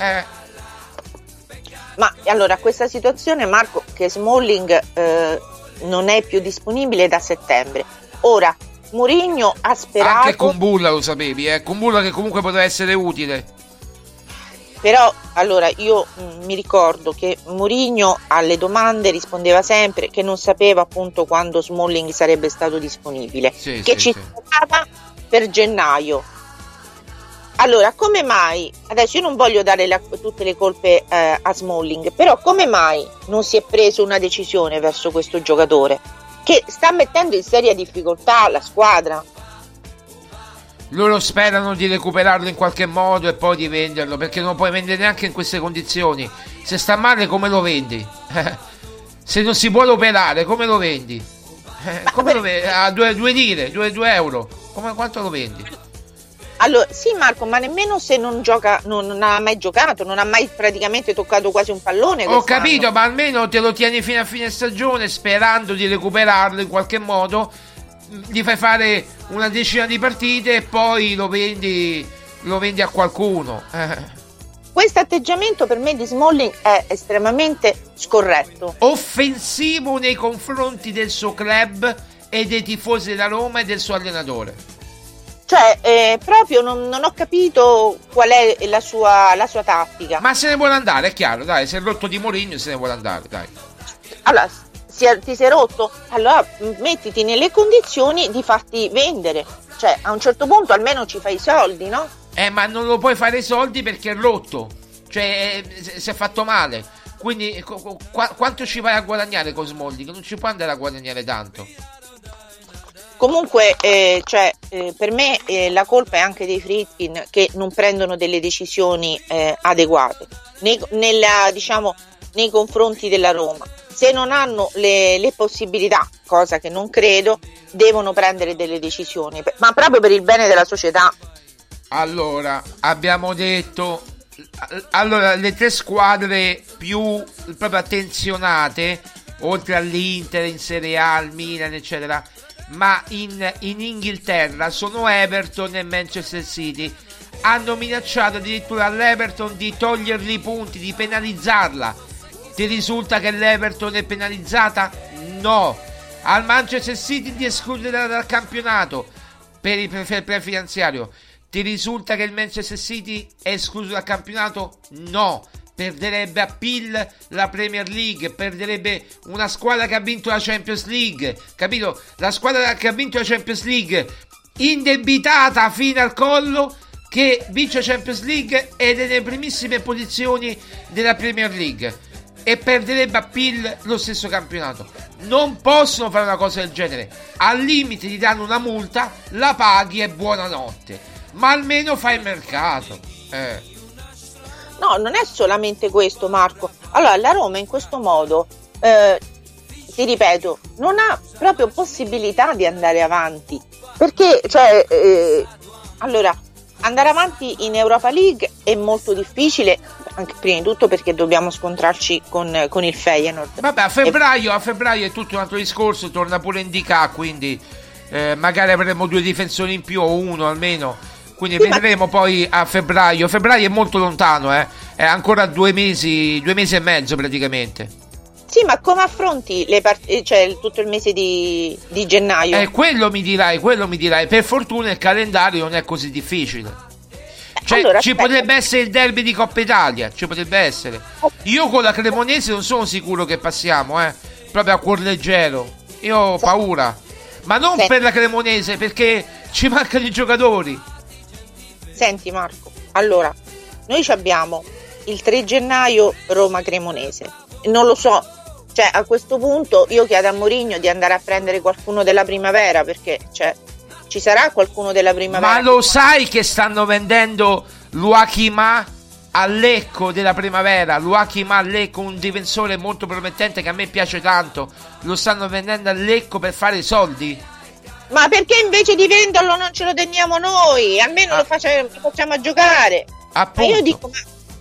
Ma allora questa situazione, Marco, che Smalling non è più disponibile da settembre. Ora Mourinho ha sperato, anche con Bulla lo sapevi, con Bulla che comunque poteva essere utile. Però allora io mi ricordo che Mourinho alle domande rispondeva sempre che non sapeva appunto quando Smalling sarebbe stato disponibile, che ci stava per gennaio. Allora come mai, adesso io non voglio dare tutte le colpe a Smalling, però come mai non si è preso una decisione verso questo giocatore? che sta mettendo in seria difficoltà la squadra. Loro sperano di recuperarlo in qualche modo e poi di venderlo, perché non lo puoi vendere neanche in queste condizioni. Se sta male, come lo vendi? Se non si può operare, come lo vendi? Come lo vendi? A 2 lire, 2 euro. Quanto lo vendi? Allora, sì Marco, ma nemmeno se non gioca, non ha mai giocato, non ha mai praticamente toccato quasi un pallone. Ho capito, ma almeno te lo tieni fino a fine stagione sperando di recuperarlo in qualche modo. Gli fai fare una decina di partite e poi lo vendi a qualcuno. Questo atteggiamento per me di Smalling è estremamente scorretto, offensivo nei confronti del suo club e dei tifosi della Roma e del suo allenatore. Cioè proprio non ho capito qual è la sua tattica. Ma se ne vuole andare, è chiaro, dai, si è rotto di Mourinho, se ne vuole andare, dai. Allora, ti sei rotto? Allora mettiti nelle condizioni di farti vendere. Cioè, a un certo punto almeno ci fai i soldi, no? Ma non lo puoi fare i soldi perché è rotto. Cioè, si è fatto male. Quindi, quanto ci vai a guadagnare con Smalling? Non ci puoi andare a guadagnare tanto. Comunque, per me la colpa è anche dei Friedkin, che non prendono delle decisioni adeguate nei confronti della Roma. Se non hanno le possibilità, cosa che non credo, devono prendere delle decisioni, ma proprio per il bene della società. Allora, abbiamo detto, le 3 squadre più proprio attenzionate, oltre all'Inter in Serie A, al Milan, eccetera, ma in Inghilterra sono Everton e Manchester City. Hanno minacciato addirittura all'Everton di togliergli i punti, di penalizzarla. Ti risulta che l'Everton è penalizzata? No. Al Manchester City di escluderla dal campionato per il prefinanziario. Ti risulta che il Manchester City è escluso dal campionato? No. Perderebbe a PIL la Premier League, perderebbe una squadra che ha vinto la Champions League, capito? La squadra che ha vinto la Champions League, indebitata fino al collo, che vince la Champions League ed è nelle primissime posizioni della Premier League, e perderebbe a PIL lo stesso campionato. Non possono fare una cosa del genere. Al limite ti danno una multa, la paghi e buonanotte, ma almeno fai il mercato. No, non è solamente questo, Marco. Allora, la Roma in questo modo, ti ripeto, non ha proprio possibilità di andare avanti, perché allora, andare avanti in Europa League è molto difficile, anche prima di tutto perché dobbiamo scontrarci con il Feyenoord. Vabbè, a febbraio è tutto un altro discorso, torna pure Indica, quindi magari avremo 2 difensori in più o uno almeno. Quindi sì, vedremo poi a febbraio. Febbraio è molto lontano, è ancora 2 mesi e mezzo praticamente. Sì, ma come affronti tutto il mese di gennaio? Quello mi dirai. Per fortuna il calendario non è così difficile. Allora, ci potrebbe essere il derby di Coppa Italia, ci potrebbe essere. Io con la Cremonese non sono sicuro che passiamo, proprio a cuor leggero. Io ho paura. Ma non per la Cremonese, perché ci mancano i giocatori. Senti Marco, allora, noi abbiamo il 3 gennaio Roma-Cremonese. Non lo so, cioè a questo punto io chiedo a Mourinho di andare a prendere qualcuno della primavera, perché ci sarà qualcuno della primavera. Ma lo sai che stanno vendendo Luakima a Lecco della primavera? Luakima a Lecco, un difensore molto promettente che a me piace tanto. Lo stanno vendendo a Lecco per fare i soldi? Ma perché invece di venderlo non ce lo teniamo noi? Almeno lo facciamo a giocare. Appunto. Ma io dico,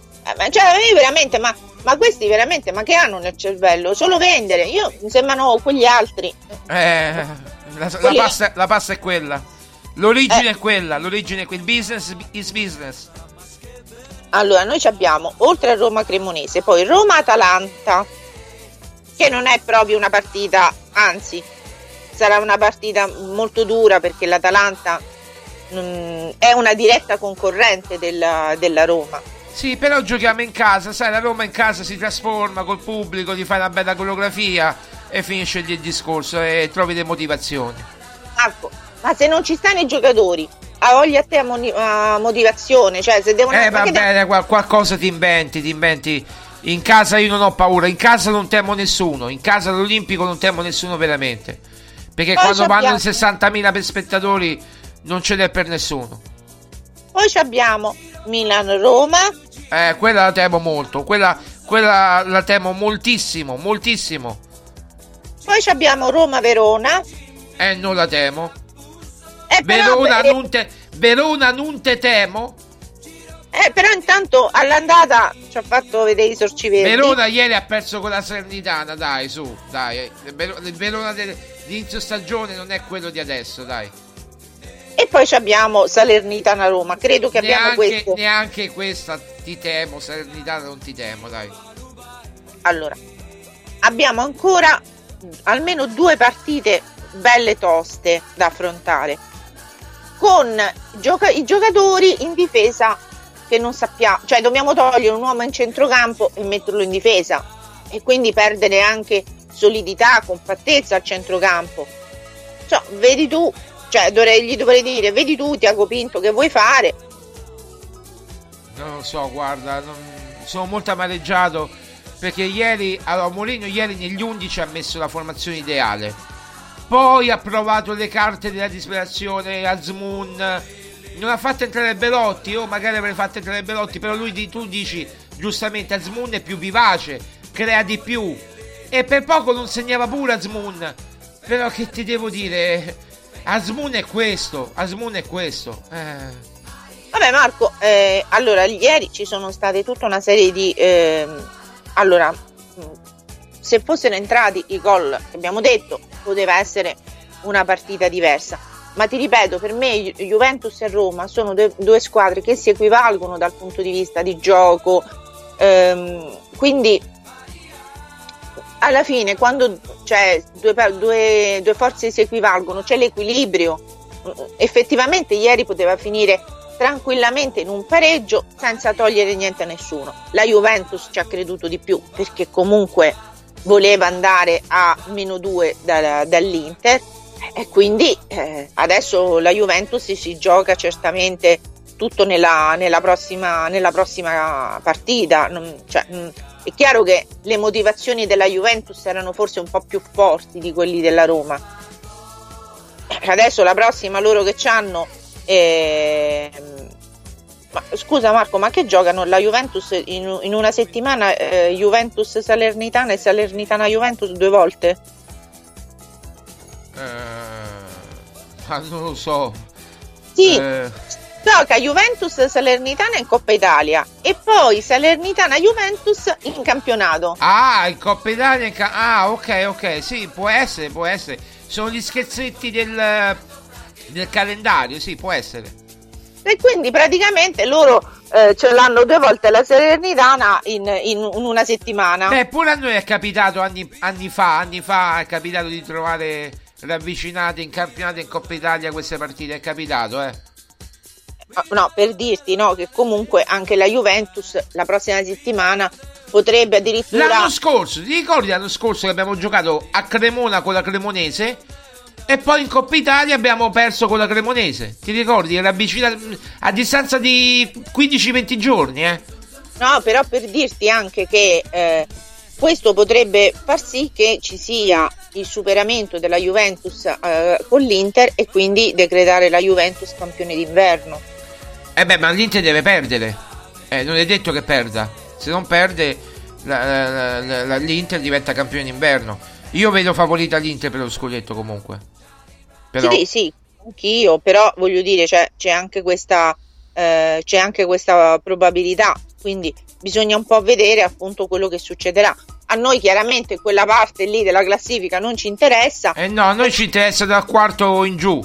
ma questi veramente, ma che hanno nel cervello? Solo vendere. Mi sembrano quegli altri. La pasta è quella. L'origine è quella. L'origine è quel business is business. Allora, noi abbiamo, oltre a Roma-Cremonese, poi Roma-Atalanta, che non è proprio una partita, anzi sarà una partita molto dura, perché l'Atalanta è una diretta concorrente della Roma. Sì, però giochiamo in casa, sai, la Roma in casa si trasforma col pubblico, ti fai una bella coreografia e finisce il discorso e trovi le motivazioni. Marco, ma se non ci stanno i giocatori, ha voglia a te a motivazione, cioè se devono... va bene, qualcosa ti inventi In casa io non ho paura, in casa non temo nessuno, in casa all'Olimpico non temo nessuno veramente, perché poi quando vanno 60.000 spettatori non ce n'è per nessuno. Poi abbiamo Milan-Roma. Quella la temo molto, quella la temo moltissimo. Poi abbiamo Roma-Verona. Non la temo. Verona non te temo. Però intanto all'andata ci ha fatto vedere i sorci verdi. Verona ieri ha perso con la Salernitana, dai, su, dai. Il Verona dell'inizio stagione non è quello di adesso, dai. E poi abbiamo Salernitana-Roma. Credo che abbiamo questo. Neanche questa ti temo, Salernitana non ti temo, dai. Allora, abbiamo ancora almeno 2 partite belle toste da affrontare, con i giocatori in difesa che non sappiamo, cioè dobbiamo togliere un uomo in centrocampo e metterlo in difesa, e quindi perdere anche solidità, compattezza al centrocampo. Cioè, vedi tu, cioè gli dovrei dire, vedi tu Tiago Pinto che vuoi fare. Non lo so, guarda, sono molto amareggiato, perché Mourinho ieri negli 11 ha messo la formazione ideale, poi ha provato le carte della disperazione, Azmoun, non ha fatto entrare Belotti, magari avrei fatto entrare Belotti, però tu dici giustamente Azmoun è più vivace, crea di più, e per poco non segnava pure Azmoun, però che ti devo dire, Azmoun è questo. Vabbè Marco, allora ieri ci sono state tutta una serie di allora, se fossero entrati i gol che abbiamo detto, poteva essere una partita diversa, ma ti ripeto, per me Juventus e Roma sono due squadre che si equivalgono dal punto di vista di gioco, quindi alla fine quando due forze si equivalgono c'è l'equilibrio. Effettivamente ieri poteva finire tranquillamente in un pareggio senza togliere niente a nessuno. La Juventus ci ha creduto di più perché comunque voleva andare a -2 dall'Inter, e quindi adesso la Juventus si gioca certamente tutto nella prossima partita. È chiaro che le motivazioni della Juventus erano forse un po' più forti di quelli della Roma. Adesso la prossima loro che c'hanno ma scusa Marco, ma che giocano la Juventus in una settimana, Juventus Salernitana e Salernitana Juventus 2 volte? Non lo so. Sì, gioca Juventus Salernitana in Coppa Italia e poi Salernitana Juventus in campionato. In Coppa Italia ok, sì, può essere. Sono gli scherzetti del calendario, sì, può essere. E quindi praticamente loro ce l'hanno 2 volte la Salernitana in una settimana. Pure a noi è capitato anni fa è capitato di trovare ravvicinate in campionato in Coppa Italia queste partite, è capitato, No, per dirti, no, che comunque anche la Juventus la prossima settimana potrebbe addirittura... L'anno scorso, ti ricordi l'anno scorso che abbiamo giocato a Cremona con la Cremonese e poi in Coppa Italia abbiamo perso con la Cremonese, ti ricordi? Era a distanza di 15-20 giorni, No, però per dirti anche che questo potrebbe far sì che ci sia il superamento della Juventus con l'Inter e quindi decretare la Juventus campione d'inverno. Ma l'Inter deve perdere, non è detto che perda. Se non perde l'Inter diventa campione d'inverno. Io vedo favorita l'Inter per lo scudetto comunque. Però... Sì, anch'io, però voglio dire c'è anche questa probabilità, quindi bisogna un po' vedere appunto quello che succederà. A noi chiaramente quella parte lì della classifica non ci interessa. No, a noi ci interessa dal quarto in giù.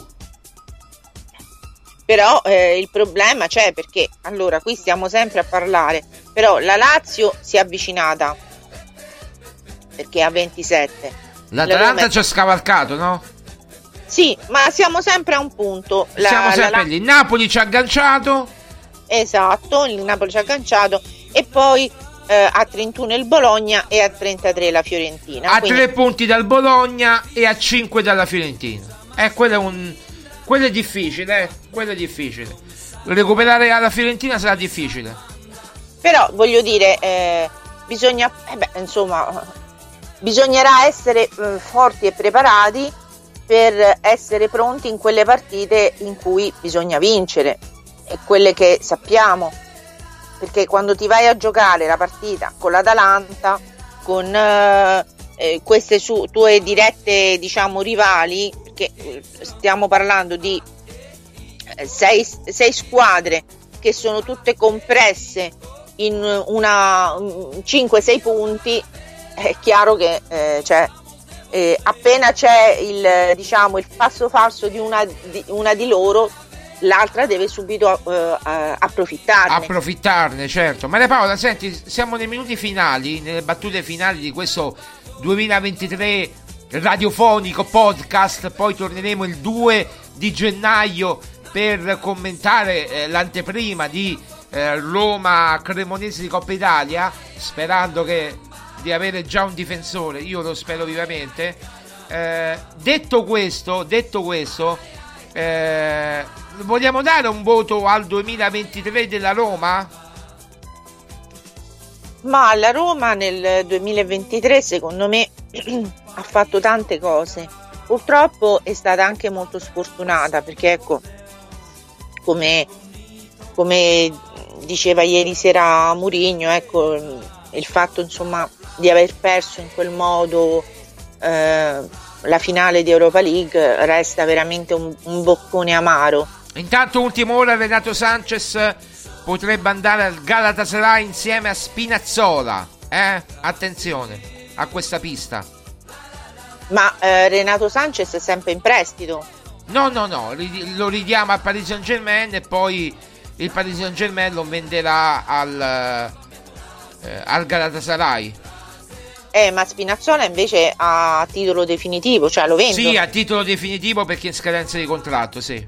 Però il problema c'è, perché allora qui stiamo sempre a parlare, però la Lazio si è avvicinata perché ha 27. L'Atalanta ci ha scavalcato, no? Sì, ma siamo sempre a un punto. Siamo sempre lì. Napoli ci ha agganciato. Esatto, il Napoli ci ha agganciato e poi a 31 il Bologna e a 33 la Fiorentina. A 3 punti dal Bologna e a 5 dalla Fiorentina. Quello è difficile, quello è difficile. Recuperare alla Fiorentina sarà difficile. Però voglio dire, bisogna, bisognerà essere forti e preparati per essere pronti in quelle partite in cui bisogna vincere, e quelle che sappiamo, perché quando ti vai a giocare la partita con l'Atalanta, con queste tue dirette, diciamo, rivali, perché stiamo parlando di 6 squadre che sono tutte compresse in 5-6 punti, è chiaro che appena c'è il passo falso di una di loro, l'altra deve subito approfittarne, certo. Maria Paola, senti, siamo nei minuti finali, nelle battute finali di questo 2023 radiofonico podcast. Poi torneremo il 2 di gennaio per commentare l'anteprima di Roma Cremonese di Coppa Italia, sperando di avere già un difensore. Io lo spero vivamente. Detto questo, vogliamo dare un voto al 2023 della Roma? Ma la Roma nel 2023 secondo me ha fatto tante cose. Purtroppo è stata anche molto sfortunata, perché ecco, come diceva ieri sera Mourinho, ecco, il fatto insomma di aver perso in quel modo la finale di Europa League resta veramente un boccone amaro. Intanto, ultima ora, Renato Sanchez potrebbe andare al Galatasaray insieme a Spinazzola, attenzione a questa pista. Ma Renato Sanchez è sempre in prestito? No, lo ridiamo al Paris Saint-Germain e poi il Paris Saint-Germain lo venderà al Galatasaray. Ma Spinazzola invece a titolo definitivo, cioè lo vendono? Sì, a titolo definitivo, perché è in scadenza di contratto, sì.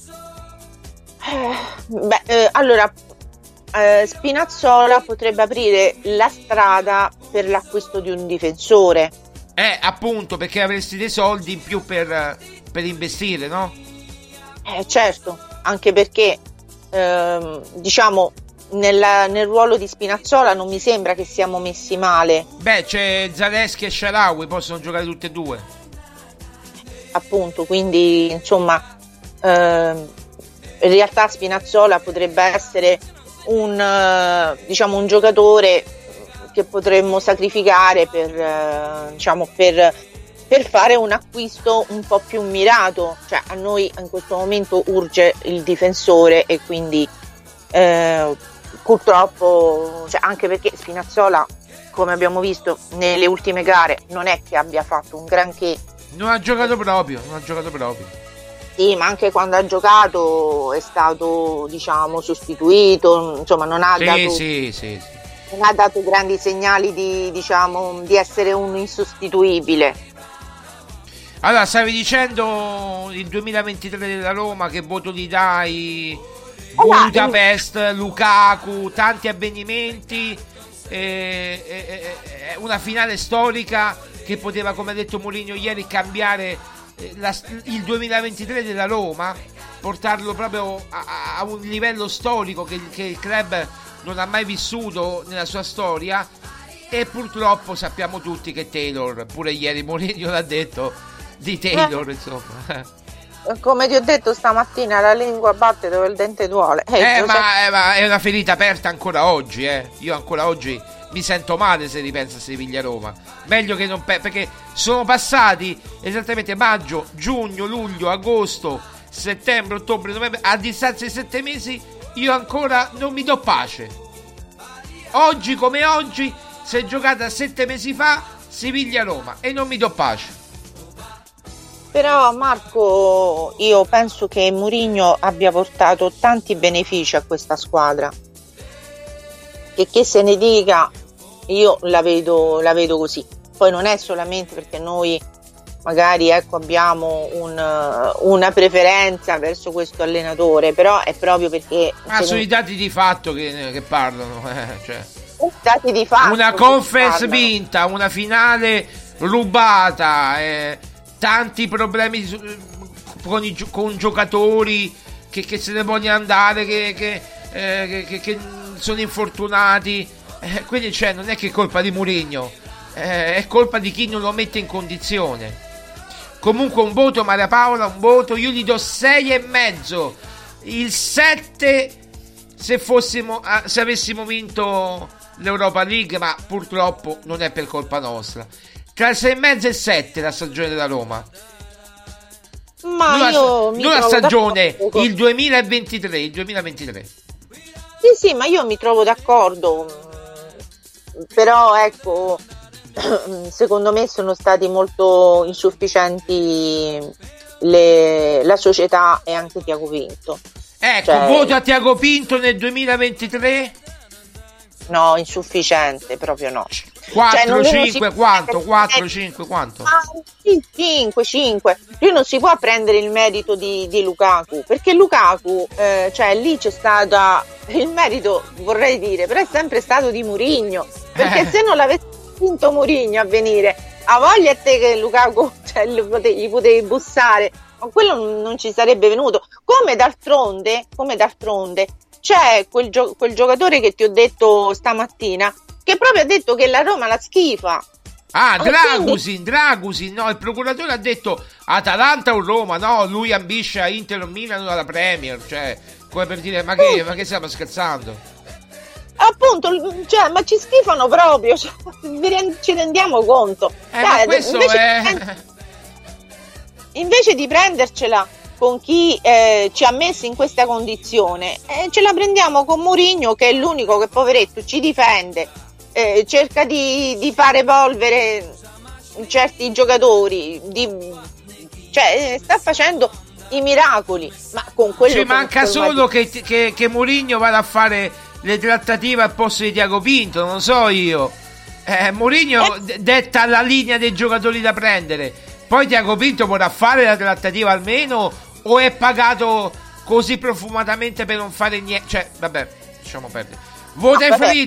Allora Spinazzola potrebbe aprire la strada per l'acquisto di un difensore. Appunto, perché avresti dei soldi in più per investire, no? Certo, anche perché diciamo nel ruolo di Spinazzola non mi sembra che siamo messi male. C'è Zaleschi e Shaarawy, possono giocare tutte e due. Appunto, quindi insomma in realtà Spinazzola potrebbe essere un giocatore che potremmo sacrificare per fare un acquisto un po' più mirato. Cioè, a noi in questo momento urge il difensore, e quindi purtroppo, anche perché Spinazzola, come abbiamo visto nelle ultime gare, non è che abbia fatto un granché. Non ha giocato proprio. Sì, ma anche quando ha giocato è stato, sostituito, insomma non ha non ha dato grandi segnali di essere un insostituibile. Allora, stavi dicendo il 2023 della Roma, che voto gli dai? Budapest, Lukaku, tanti avvenimenti, una finale storica che poteva, come ha detto Mourinho ieri, cambiare il 2023 della Roma, portarlo proprio a un livello storico che il club non ha mai vissuto nella sua storia. E purtroppo sappiamo tutti che Taylor, pure ieri Mourinho l'ha detto di Taylor, insomma. Come ti ho detto stamattina, la lingua batte dove il dente duole. Ma è una ferita aperta ancora oggi, Io ancora oggi mi sento male se ripenso a Seviglia-Roma. Meglio che non perché sono passati esattamente maggio, giugno, luglio, agosto, settembre, ottobre, novembre. A distanza di 7 mesi io ancora non mi do pace. Oggi come oggi, se è giocata 7 mesi fa, Seviglia-Roma, e non mi do pace. Però Marco, io penso che Mourinho abbia portato tanti benefici a questa squadra, che se ne dica, io la vedo così. Poi non è solamente perché noi magari abbiamo una preferenza verso questo allenatore, però è proprio perché sono i dati di fatto che parlano, dati di fatto, una conference vinta, una finale rubata, tanti problemi con giocatori che se ne vogliono andare, che sono infortunati, Quindi cioè, non è che è colpa di Mourinho, è colpa di chi non lo mette in condizione. Comunque un voto, Maria Paola, un voto, io gli do 6,5. Il 7 se avessimo vinto l'Europa League, ma purtroppo non è per colpa nostra. Tra il 6,5 e il 7 la stagione della Roma. Ma non la stagione, il 2023. Sì, ma io mi trovo d'accordo, però ecco, secondo me sono stati molto insufficienti la società e anche Tiago Pinto. Ecco, voto a Tiago Pinto nel 2023? No, insufficiente, proprio no. 4, 5, quanto? 4, 5, quanto? 5. Lui non si può prendere il merito di Lukaku, perché Lukaku, lì c'è stata il merito, vorrei dire, però è sempre stato di Mourinho, perché se non l'avesse vinto Mourinho a venire, a voglia a te che Lukaku gli potevi bussare, ma quello non ci sarebbe venuto. Come d'altronde c'è quel giocatore che ti ho detto stamattina, che proprio ha detto che la Roma la schifa. Dragusin, no, il procuratore ha detto Atalanta o Roma, no, lui ambisce a Inter o Milan o alla Premier, cioè, come per dire, ma che stiamo scherzando? Appunto, ma ci schifano proprio, ci rendiamo conto. Invece di prendercela con chi ci ha messi in questa condizione, ce la prendiamo con Mourinho, che è l'unico che, poveretto, ci difende, cerca di fare polvere certi giocatori, sta facendo i miracoli, ma con quello ci manca solo che Mourinho vada a fare le trattative al posto di Tiago Pinto, non so io. Mourinho detta la linea dei giocatori da prendere, poi Tiago Pinto vorrà fare la trattativa almeno, o è pagato così profumatamente per non fare niente? Cioè, vabbè, lasciamo perdere. Vota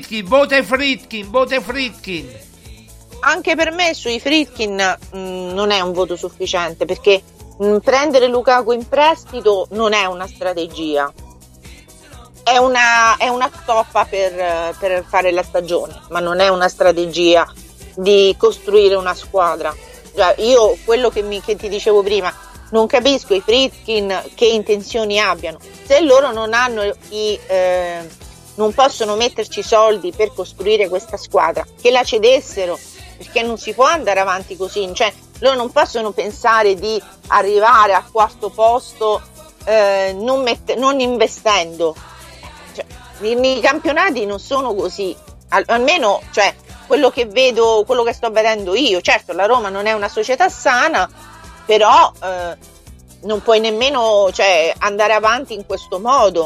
Friedkin. Anche per me sui Friedkin non è un voto sufficiente, perché prendere Lukaku in prestito non è una strategia, è una toppa per fare la stagione, ma non è una strategia di costruire una squadra. Cioè, io quello che ti dicevo prima, non capisco i Friedkin che intenzioni abbiano. Se loro non hanno non possono metterci soldi per costruire questa squadra, che la cedessero, perché non si può andare avanti così. Cioè, loro non possono pensare di arrivare al quarto posto non investendo. Cioè, i campionati non sono così, almeno quello che vedo, quello che sto vedendo io. Certo, la Roma non è una società sana, però non puoi nemmeno andare avanti in questo modo.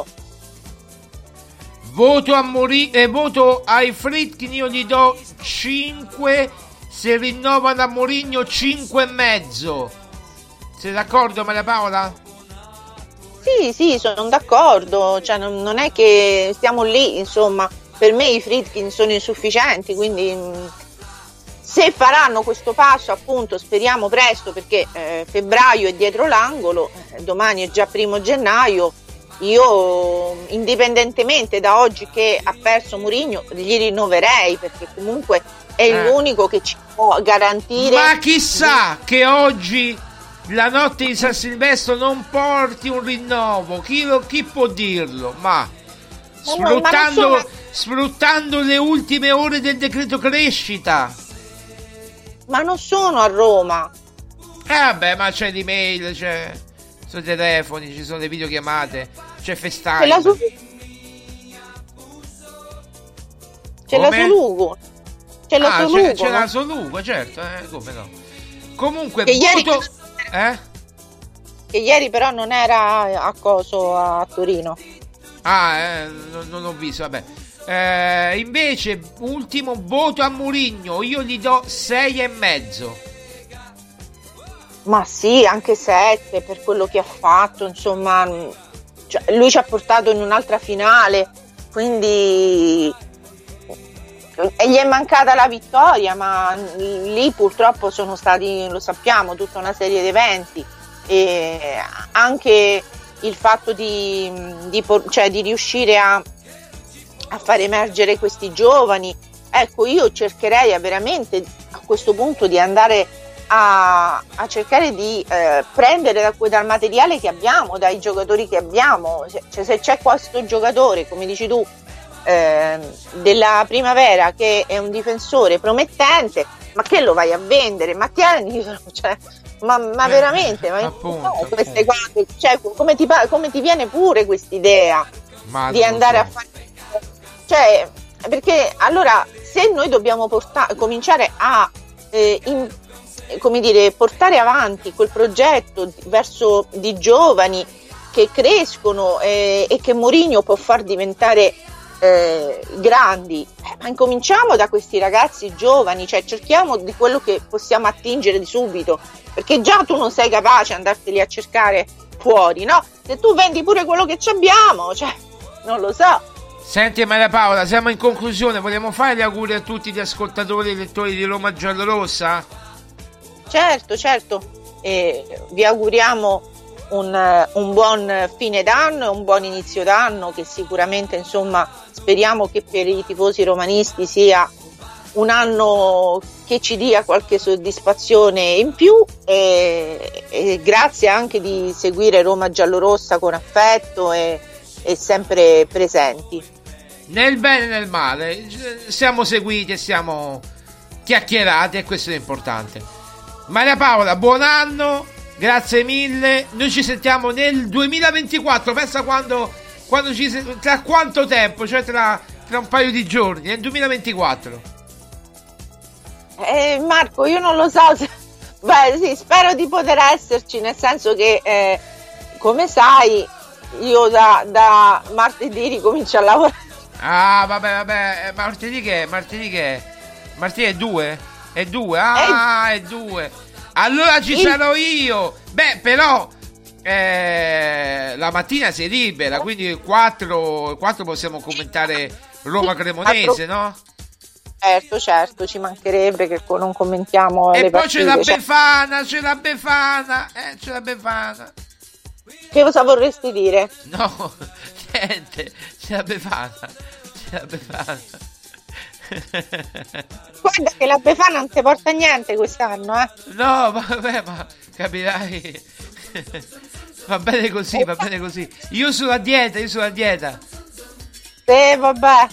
Voto ai Friedkin, io gli do 5. Se rinnovano a Mourinho 5,5. Sei d'accordo, Maria Paola? Sì, sono d'accordo, non è che stiamo lì, insomma. Per me i Friedkin sono insufficienti, quindi se faranno questo passo, appunto, speriamo presto, perché febbraio è dietro l'angolo, domani è già 1° gennaio. Io, indipendentemente da oggi che ha perso Mourinho, gli rinnoverei, perché comunque è l'unico che ci può garantire. Ma chissà che oggi, la notte di San Silvestro, non porti un rinnovo. Chi può dirlo? Sfruttando le ultime ore del decreto crescita. Ma non sono a Roma. Vabbè, ma c'è l'email, c'è sui telefoni, ci sono le videochiamate, c'è FaceTime. C'è la Solugo. C'è la Solugo, certo, come no. Comunque, che ieri però non era a Torino. Non ho visto, vabbè. Invece, ultimo voto a Mourinho, io gli do 6,5. Ma sì, anche 7 per quello che ha fatto, insomma, lui ci ha portato in un'altra finale, quindi gli è mancata la vittoria, ma lì purtroppo sono stati, lo sappiamo, tutta una serie di eventi, e anche il fatto di riuscire a a far emergere questi giovani. Ecco, io cercherei veramente a questo punto di andare a cercare di prendere dal materiale che abbiamo, dai giocatori che abbiamo. Cioè, se c'è questo giocatore, come dici tu, della Primavera, che è un difensore promettente, ma che lo vai a vendere? Ma tieni, cioè, ma veramente, ma appunto, queste cose, cioè, come ti viene pure quest'idea di andare a fare, cioè, perché allora se noi dobbiamo cominciare a come dire, portare avanti quel progetto verso di giovani che crescono e che Mourinho può far diventare grandi, ma incominciamo da questi ragazzi giovani, cioè cerchiamo di quello che possiamo attingere di subito, perché già tu non sei capace di andarteli a cercare fuori, no? Se tu vendi pure quello che abbiamo, cioè non lo so. Senti Maria Paola, siamo in conclusione, vogliamo fare gli auguri a tutti gli ascoltatori e lettori di Roma Giallorossa? Certo, vi auguriamo un buon fine d'anno e un buon inizio d'anno, che sicuramente, insomma, speriamo che per i tifosi romanisti sia un anno che ci dia qualche soddisfazione in più, e grazie anche di seguire Roma Giallorossa con affetto e sempre presenti. Nel bene e nel male siamo seguiti e siamo chiacchierati, e questo è importante. Maria Paola, buon anno, grazie mille, noi ci sentiamo nel 2024, pensa quando tra quanto tempo, cioè tra un paio di giorni, nel 2024. Marco, io non lo so beh sì, spero di poter esserci, nel senso che come sai io da martedì ricomincio a lavorare. Ah vabbè, martedì che è? Martedì è 2? È 2? Ah, è 2. Allora ci sarò io. Beh, però la mattina sei libera, quindi 4 possiamo commentare Roma Cremonese, no? Certo, ci mancherebbe che non commentiamo e le poi partite. C'è la Befana. Che cosa vorresti dire? No, niente, c'è la Befana. Guarda che la Befana non ti porta niente quest'anno, No, vabbè, ma capirai. Va bene così. Io sono a dieta. Vabbè.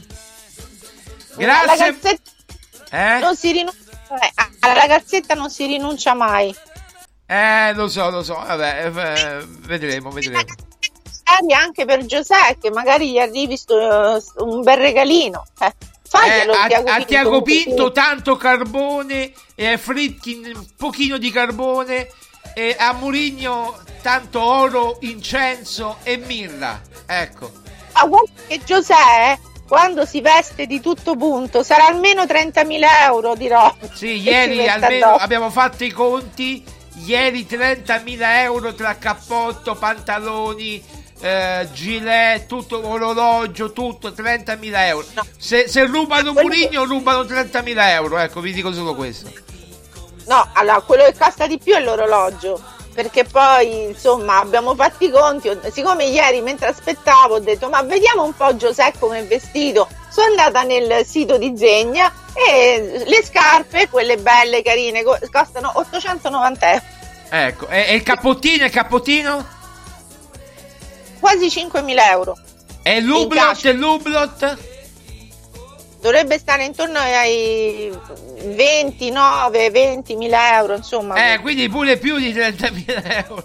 Grazie. Non si rinuncia, alla calzetta non si rinuncia mai. Lo so. Vabbè, vedremo. Anche per Giuseppe, che magari gli arrivi un bel regalino. Faglielo a Tiago Pinto tanto carbone, e a Fritkin un pochino di carbone, e a Mourinho tanto oro, incenso e mirra. Ecco. Ma guarda che Giuseppe, quando si veste di tutto punto, sarà almeno 30.000 euro di roba. Sì, ieri almeno abbiamo fatto i conti. Ieri 30.000 euro tra cappotto, pantaloni, gilet, tutto, orologio, tutto, 30.000 euro. No. Se rubano Mourinho, rubano 30.000 euro. Ecco, vi dico solo questo. No, allora, quello che costa di più è l'orologio, perché poi, insomma, abbiamo fatto i conti. Siccome ieri, mentre aspettavo, ho detto, ma vediamo un po' Giuseppe come è vestito. Sono andata nel sito di Zegna e le scarpe, quelle belle, carine, costano 890 euro. Ecco, e il cappottino? Quasi 5.000 euro. E l'Hublot? Dovrebbe stare intorno ai 20.000 euro, insomma. Quindi pure più di 30.000 euro.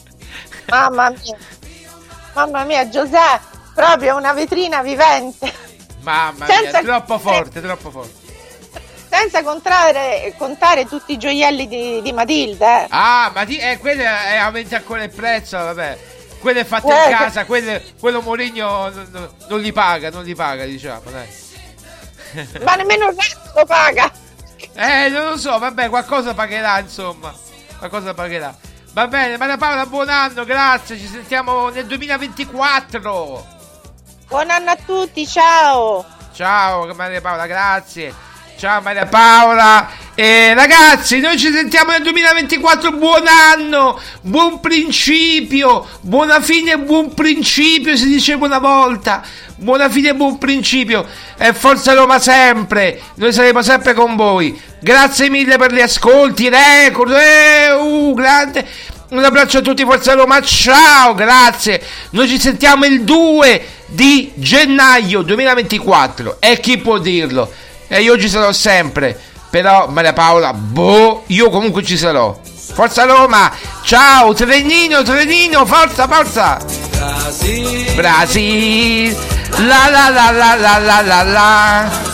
Mamma mia, Giuseppe, proprio una vetrina vivente. Mamma mia, troppo forte. Senza contare tutti i gioielli di Matilde. Ah, ma quello aumenta ancora il prezzo, vabbè. Quello è fatto in casa, quello Mourinho non li paga, diciamo, dai. Ma nemmeno il resto lo paga. Non lo so, vabbè, qualcosa pagherà, insomma. Va bene, Maria Paola, buon anno, grazie, ci sentiamo nel 2024. Buon anno a tutti, ciao. Ciao Maria Paola, grazie. Ciao Maria Paola. Ragazzi, noi ci sentiamo nel 2024. Buon anno, buon principio, buona fine, buon principio, si diceva una volta. Buona fine e buon principio, e forza Roma sempre. Noi saremo sempre con voi. Grazie mille per gli ascolti, record, grande. Un abbraccio a tutti, forza Roma, ciao, grazie. Noi ci sentiamo il 2 di gennaio 2024, e chi può dirlo? E io ci sarò sempre. Però Maria Paola, io comunque ci sarò. Forza Roma, ciao, trenino, forza. Brasil, la la la la la la la la.